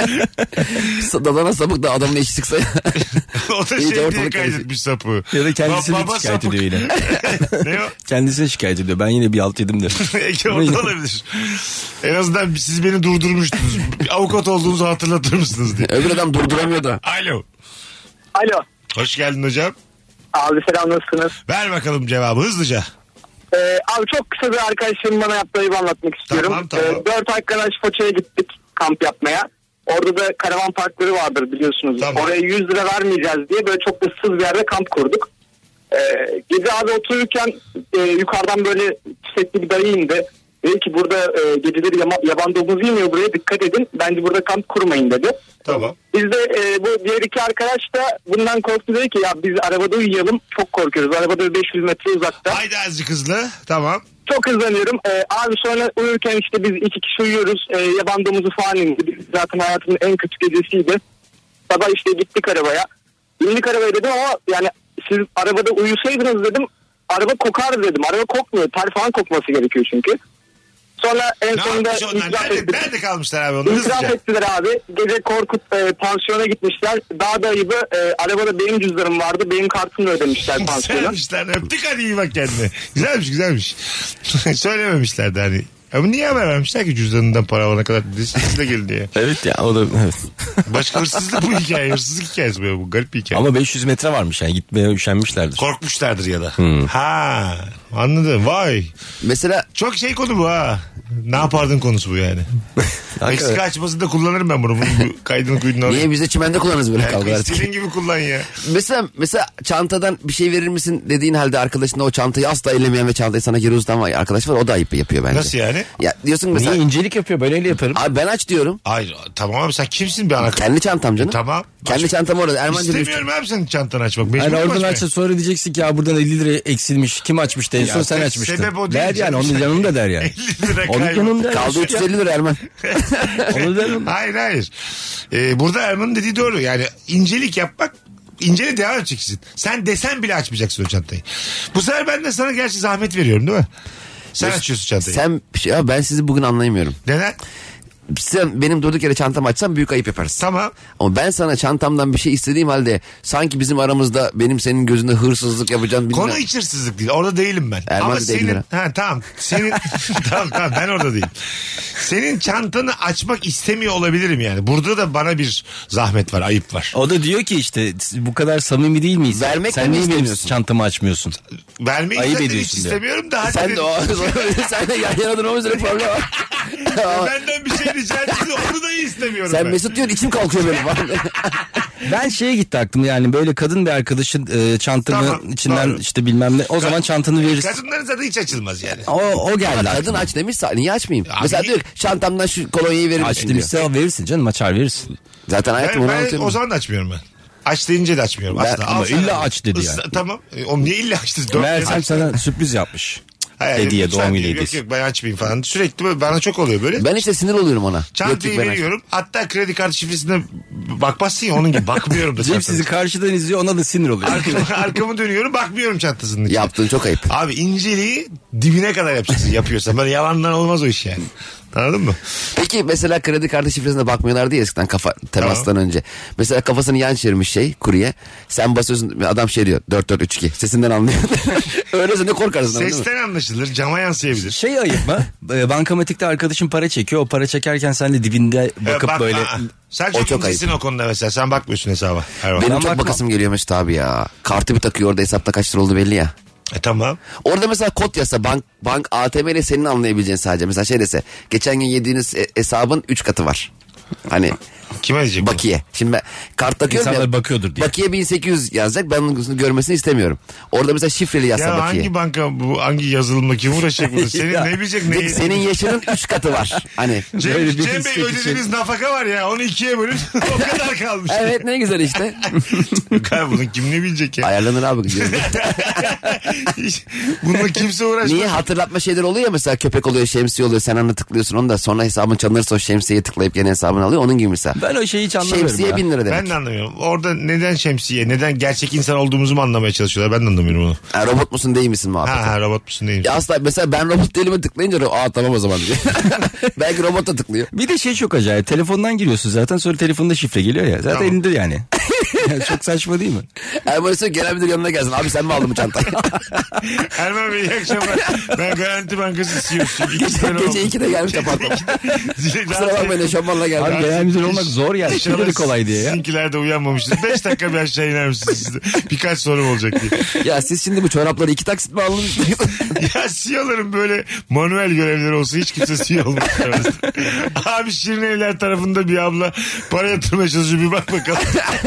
Dadana sapık da adamın eşi çıksa. O da İyice şey diye ortalık kaydetmiş sapığı. Ya da kendisini Baba şikayet sapık. ediyor yine. Ne o? Kendisine şikayet ediyor. Ben yine bir alt yedim de. Ege orada olabilir. En azından siz beni durdurmuştunuz. Bir avukat olduğunuzu hatırlatır mısınız diye. Öbür adam durduramıyor da. Alo. Alo. Hoş geldin hocam. Abi selam, nasılsınız? Ver bakalım cevabı hızlıca. Abi çok kısa bir arkadaşımın bana yaptığı ayıbı anlatmak istiyorum. Tamam. 4 arkadaş Foça'ya gittik kamp yapmaya. Orada da karavan parkları vardır biliyorsunuz. Tamam. Oraya 100 lira vermeyeceğiz diye böyle çok ıssız bir yerde kamp kurduk. Gece abi otururken yukarıdan böyle çiçekli bir dayı indi. Dedi ki burada geceleri yaban domuzu iniyor, buraya dikkat edin. Bence burada kamp kurmayın dedi. Tamam. Biz de bu diğer iki arkadaş da bundan korktu, dedi ki ya biz arabada uyuyalım, çok korkuyoruz. Arabada 500 metre uzakta. Haydi azıcık hızlı. Tamam. Çok hızlanıyorum. Abi sonra uyurken işte biz 2 kişi uyuyoruz. Yaban domuzu falan indi. Zaten hayatımın en kötü gecesiydi. Sabah işte gittik arabaya. İndik arabaya dedim ama yani siz arabada uyusaydınız dedim. Araba kokar dedim. Araba kokmuyor. Ter falan kokması gerekiyor çünkü. Sonra en Ne sonunda yapmış onlar? Nerede kalmışlar abi onu? İtiraf ettiler abi. Gece korkup pansiyona gitmişler. Daha da ayıbı arabada benim cüzdanım vardı. Benim kartımla ödemişler pansiyona. Güzelmişler. Öptük, hadi iyi bak kendine. Güzelmiş. Söylememişler de hani. Ama niye haber vermişler ki cüzdanından para alana kadar? Siz de gelin diye. Evet ya, o da evet. Başka hırsızlık bu hikaye. Hırsızlık hikayesi bu. Garip bir hikaye. Ama 500 metre varmış yani, gitmeye üşenmişlerdir. Korkmuşlardır ya da. Ha, anladım. Vay. Mesela çok şey konu bu ha. Ne yapardın konusu bu yani. Meksika açmasında kullanırım ben bunu. Bunun kaydını kuydunu alayım. niye biz de çimende kullanırız böyle kavgalar? İstediğin gibi kullan ya. Mesela çantadan bir şey verir misin dediğin halde arkadaşına o çantayı asla ellemeyen ve çantayı sana geri uzatan arkadaş var. O da ayıp yapıyor bence. Nasıl yani? Ya diyorsun mesela. Niye incelik yapıyor, ben öyle yaparım. Abi ben aç diyorum. Hayır tamam abi, sen kimsin bir ana? Kendi çantam canım. Tamam. Kendi çantam orada. Erman'cığım İstemiyorum abi senin çantanı açmak. Yani oradan açsa sonra diyeceksin ki ya buradan 50 lira eksilmiş. Kim açmıştı en son, sen açmıştın. Sebep o değil. Der yani, onun yanında der yani. 50 lira Onun yanında kaldı 350 lira Erman. Onu derim. Hayır. Burada Erman'ın dediği doğru. Yani incelik yapmak, incele devam edeceksin. Sen desen bile açmayacaksın o çantayı. Bu sefer ben de sana gerçi zahmet veriyorum değil mi? Sen açıyorsun çantayı. Ben sizi bugün anlayamıyorum. Neden? Sen benim durduk yere çantamı açsan büyük ayıp yaparsın. Tamam. Ama ben sana çantamdan bir şey istediğim halde sanki bizim aramızda benim senin gözünde hırsızlık yapacağım. Konu hiç hırsızlık değil. Orada değilim ben. Erman ama de senin... lira. Ha tamam. Senin... tamam ben orada değilim. Senin çantanı açmak istemiyor olabilirim yani. Burada da bana bir zahmet var, ayıp var. O da diyor ki işte bu kadar samimi değil miyiz? Vermek sen niye benim istemiyorsun? çantamı açmıyorsun? Vermeyi Ayıp zaten hiç ediyorsun diyor. istemiyorum da. Sen de o sen de yan yana durmamızda problem var. Benden bir şey rica edildi, onu da iyi istemiyorum Sen ben. Mesut diyorsun, içim kalkıyor benim. Ben şeye gitti aklım, yani böyle kadın bir arkadaşın çantanın Tamam, içinden doğru. işte bilmem ne, o zaman çantanı verirsin. Kadınların zaten hiç açılmaz yani. O geldi Kadın aklıma. aç demişse niye açmayayım? Abi- Mesela diyor ki çantamdan şu kolonyayı verir Aç misin diyor. demişse verirsin canım, açar verirsin. Zaten hayatım onu Ben anlatıyorum. o zaman da açmıyorum ben. Aç deyince de açmıyorum asla. ama Al sen illa abi. aç dedi yani. Tamam. O niye illa açtı? Dört Meğersem kere açtı. sana sürpriz yapmış. Hayır, Hediye, lütfen doğum değil. günü Yok hediyesi. ben açmayayım falan. Sürekli böyle bana çok oluyor böyle. Ben işte sinir oluyorum ona. Çantayı Yok, ben veriyorum. Hatta kredi kartı şifresine bakmazsın ya, onun gibi bakmıyorum da. Cem çantana. sizi karşıdan izliyor, ona da sinir oluyor. Arkamı dönüyorum, bakmıyorum çantasının içine. Yaptığın çok ayıp. Abi inceliği dibine kadar yapacaksın yapıyorsan. Böyle yalandan olmaz o iş yani. Anladın mı? Peki mesela kredi kartı şifresine bakmıyorlardı ya eskiden kafa temastan önce. Mesela kafasını yan çevirmiş kurye. Sen basıyorsun, adam şey diyor 4432. Sesinden anlıyor. Öyleyse ne korkarsın? Sesten anlaşılır, cama yansıyabilir. Şey ayıp mı? Bankamatikte arkadaşın para çekiyor. O para çekerken sen de dibinde bakıp Bak, böyle... Sen O çok çok incesin o konuda mesela. Sen bakmıyorsun hesaba. Her vakit. Benim Ben çok bakmam. bakasım geliyor Mesut abi ya. Kartı bir takıyor orada, hesapta kaç lira oldu belli ya. Tamam. Orada mesela kod yazsa bank ATM ile senin anlayabileceğin sadece. Mesela şey dese geçen gün yediğiniz hesabın 3 katı var. Hani Kime diyecek? bakiye. Şimdi ben kart takıyorum İnsanlar ya. bakıyordur diye. Bakiye 1800 yazacak. Ben onun görmesini istemiyorum. Orada mesela şifreli yazsa Ya bakiye. hangi banka bu, hangi yazılımla kim uğraşacak burada? Senin Ya. ne bilecek neyi? Senin yaşının 3 katı var. Hani. Cem, Böyle bir Cem Bey hissettik ödediğiniz nafaka var ya, onu ikiye bölün o kadar kalmış. Evet ne güzel işte. Bunun kim ne bilecek ya? Ayarlanır abi. Bununla kimse uğraşmaz. Niye hatırlatma şeyler oluyor ya, mesela köpek oluyor, şemsiye oluyor, sen ona tıklıyorsun, onu da sonra hesabın çalınırsa o şemsiyeye tıklayıp yine hesabını alıyor, onun gibi mesela. Ben o şeyi hiç anlamıyorum. Şemsiye 1000 lira demek. Ben de anlamıyorum. Orada neden şemsiye, neden gerçek insan olduğumuzu mu anlamaya çalışıyorlar? Ben de anlamıyorum onu. Robot musun değil misin muhabbeti. Ha robot musun değil misin? Ya asla mesela ben robot değilime tıklayınca tamam o zaman diye. Belki robot da tıklıyor. Bir de şey çok acayip. Telefondan giriyorsun zaten, sonra telefonda şifre geliyor ya. Zaten Tamam. elinde yani. Yani çok saçma değil mi? Erman Öztürk genel müdür yanına gelsin. Abi sen mi aldın bu çantayı? Erman Bey iyi akşamlar. Ben Garanti Bankası CEO'suyum. Gece 2'de gelmiş apartman. Kusura bakmayın eşofmanla geldim. Abi genel müdür olmak zor yani. Şimdi kolay diye ya. Sizinkiler de uyanmamıştır. 5 dakika bir aşağı iner misiniz siz de? Birkaç sorum olacak diye. Ya siz şimdi bu çorapları 2 taksit mi aldınız? Ya CEO'ların böyle manuel görevleri olsa hiç kimse CEO olmaz. Abi Şirin Evler tarafında bir abla para yatırmaya çalışıyor, bir bak bakalım.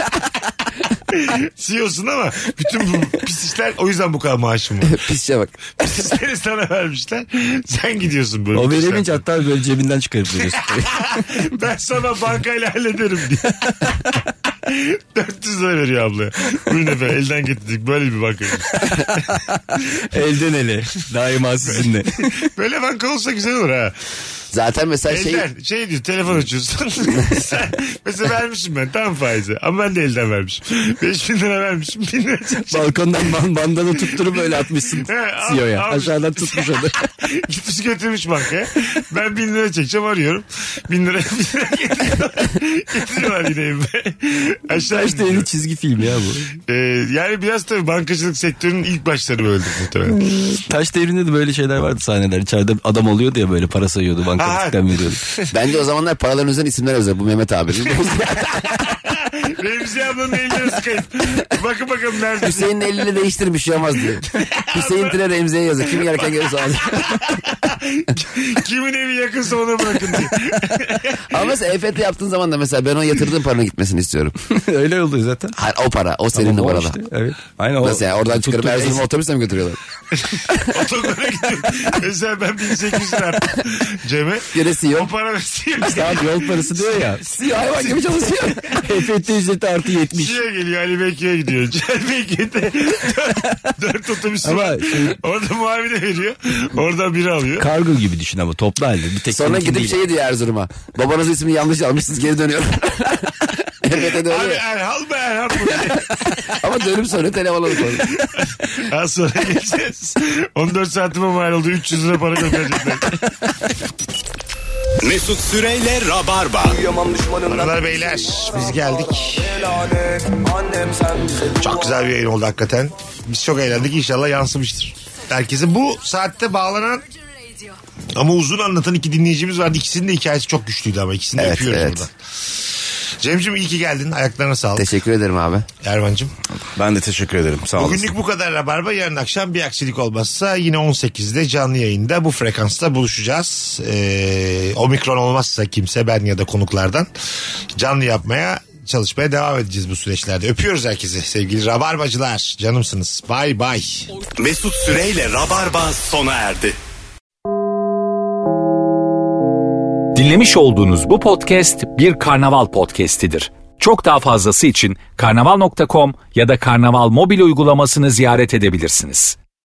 CEO'sun ama bütün bu pis işler, o yüzden bu kadar maaşım var. Pisçe bak. Pis işleri sana vermişler. Sen gidiyorsun böyle. O verilince hatta böyle cebinden çıkarıp veriyorsun. Ben sana bankayla hallederim diye. 400 lira veriyor ablaya. Buyurun efendim, elden getirdik, böyle bir banka. Elden ele. Daima sizinle. Böyle banka olsa güzel olur ha. Zaten mesela şey diyor, telefon açıyorsun. Sen, mesela vermişim ben tam faizi, ama ben de elden vermişim. 5.000 lira vermişim, 1.000 lira çekmişim. Balkondan bandana tutturup böyle atmışsın CEO'ya. Aşağıdan tutmuş onu. Gitmiş götürmüş bankaya. Ben 1.000 lira çekeceğim, arıyorum. 1.000 lira getiriyorlar yine evime. Aşağı işte yeni çizgi film ya bu. Yani biraz tabii bankacılık sektörünün ilk başları böyledir muhtemelen. Taş Devri'nde de böyle şeyler vardı, sahneler. İçeride adam oluyordu ya, böyle para sayıyordu, bankadan veriyordu. Bence o zamanlar paraların üzerine isimler yazıyor. Bu Mehmet abi. Remzi ablanın 50 lirası kayıp. Bakın bakalım nerede. Hüseyin'in 50'li değiştir, bir şey olmaz diyor. Hüseyin Tire Remzi'ye yazıyor. Kim yerken gelirse alır. Kimin evi yakınsa ona bırakın diye. Ama mesela EFT yaptığın zaman da mesela ben o yatırdığım paranın gitmesini istiyorum. Öyle oluyor zaten. Hayır, o para. O senin Tamam, numarada. Işte, evet. Aynen o. Mesela oradan çıkarıp Erzurum'a otobüsle mi götürüyorlar? Otogara gidiyorum. Mesela ben 1800 lira attım Cem'e. Yine CEO. O para CEO. İşte abi yol parası diyor ya. CEO hayvan gibi çalışıyor. EFT ücreti artı 70. CEO geliyor, Ali Bekir'e gidiyor. Ali Bekir'de 4 otobüsü ama var. Orada muavine veriyor. Oradan biri alıyor. Kargo gibi düşün ama toplu halde. Bir tek sonra gidip şey diyor Erzurum'a. Babanızın ismini yanlış almışsınız, geri dönüyorum. EFT'de Abi öyle. Erhal mı Erhal mı? Ama dönüp sonra telefon alıp koydum. Az sonra geleceğiz. 14 saatime mal oldu. 300 lira para gönderecekler. Mesut Süreyle Rabarba. Hanımlar beyler, biz geldik. Çok güzel bir yayın oldu hakikaten. Biz çok eğlendik, inşallah yansımıştır herkese. Bu saatte bağlanan ama uzun anlatan iki dinleyicimiz vardı. İkisinin de hikayesi çok güçlüydü ama ikisini de öpüyoruz buradan. Cem'cim iyi ki geldin. Ayaklarına sağlık. Teşekkür ederim abi. Erman'cım. Ben de teşekkür ederim. Sağ olasın. Bugünlük bu kadar Rabarba. Yarın akşam bir aksilik olmazsa yine 18'de canlı yayında bu frekansta buluşacağız. Omikron olmazsa kimse, ben ya da konuklardan canlı yapmaya, çalışmaya devam edeceğiz bu süreçlerde. Öpüyoruz herkese sevgili Rabarbacılar. Canımsınız. Bay bay. Mesut Süreyle Rabarba sona erdi. Dinlemiş olduğunuz bu podcast bir karnaval podcastidir. Çok daha fazlası için karnaval.com ya da karnaval mobil uygulamasını ziyaret edebilirsiniz.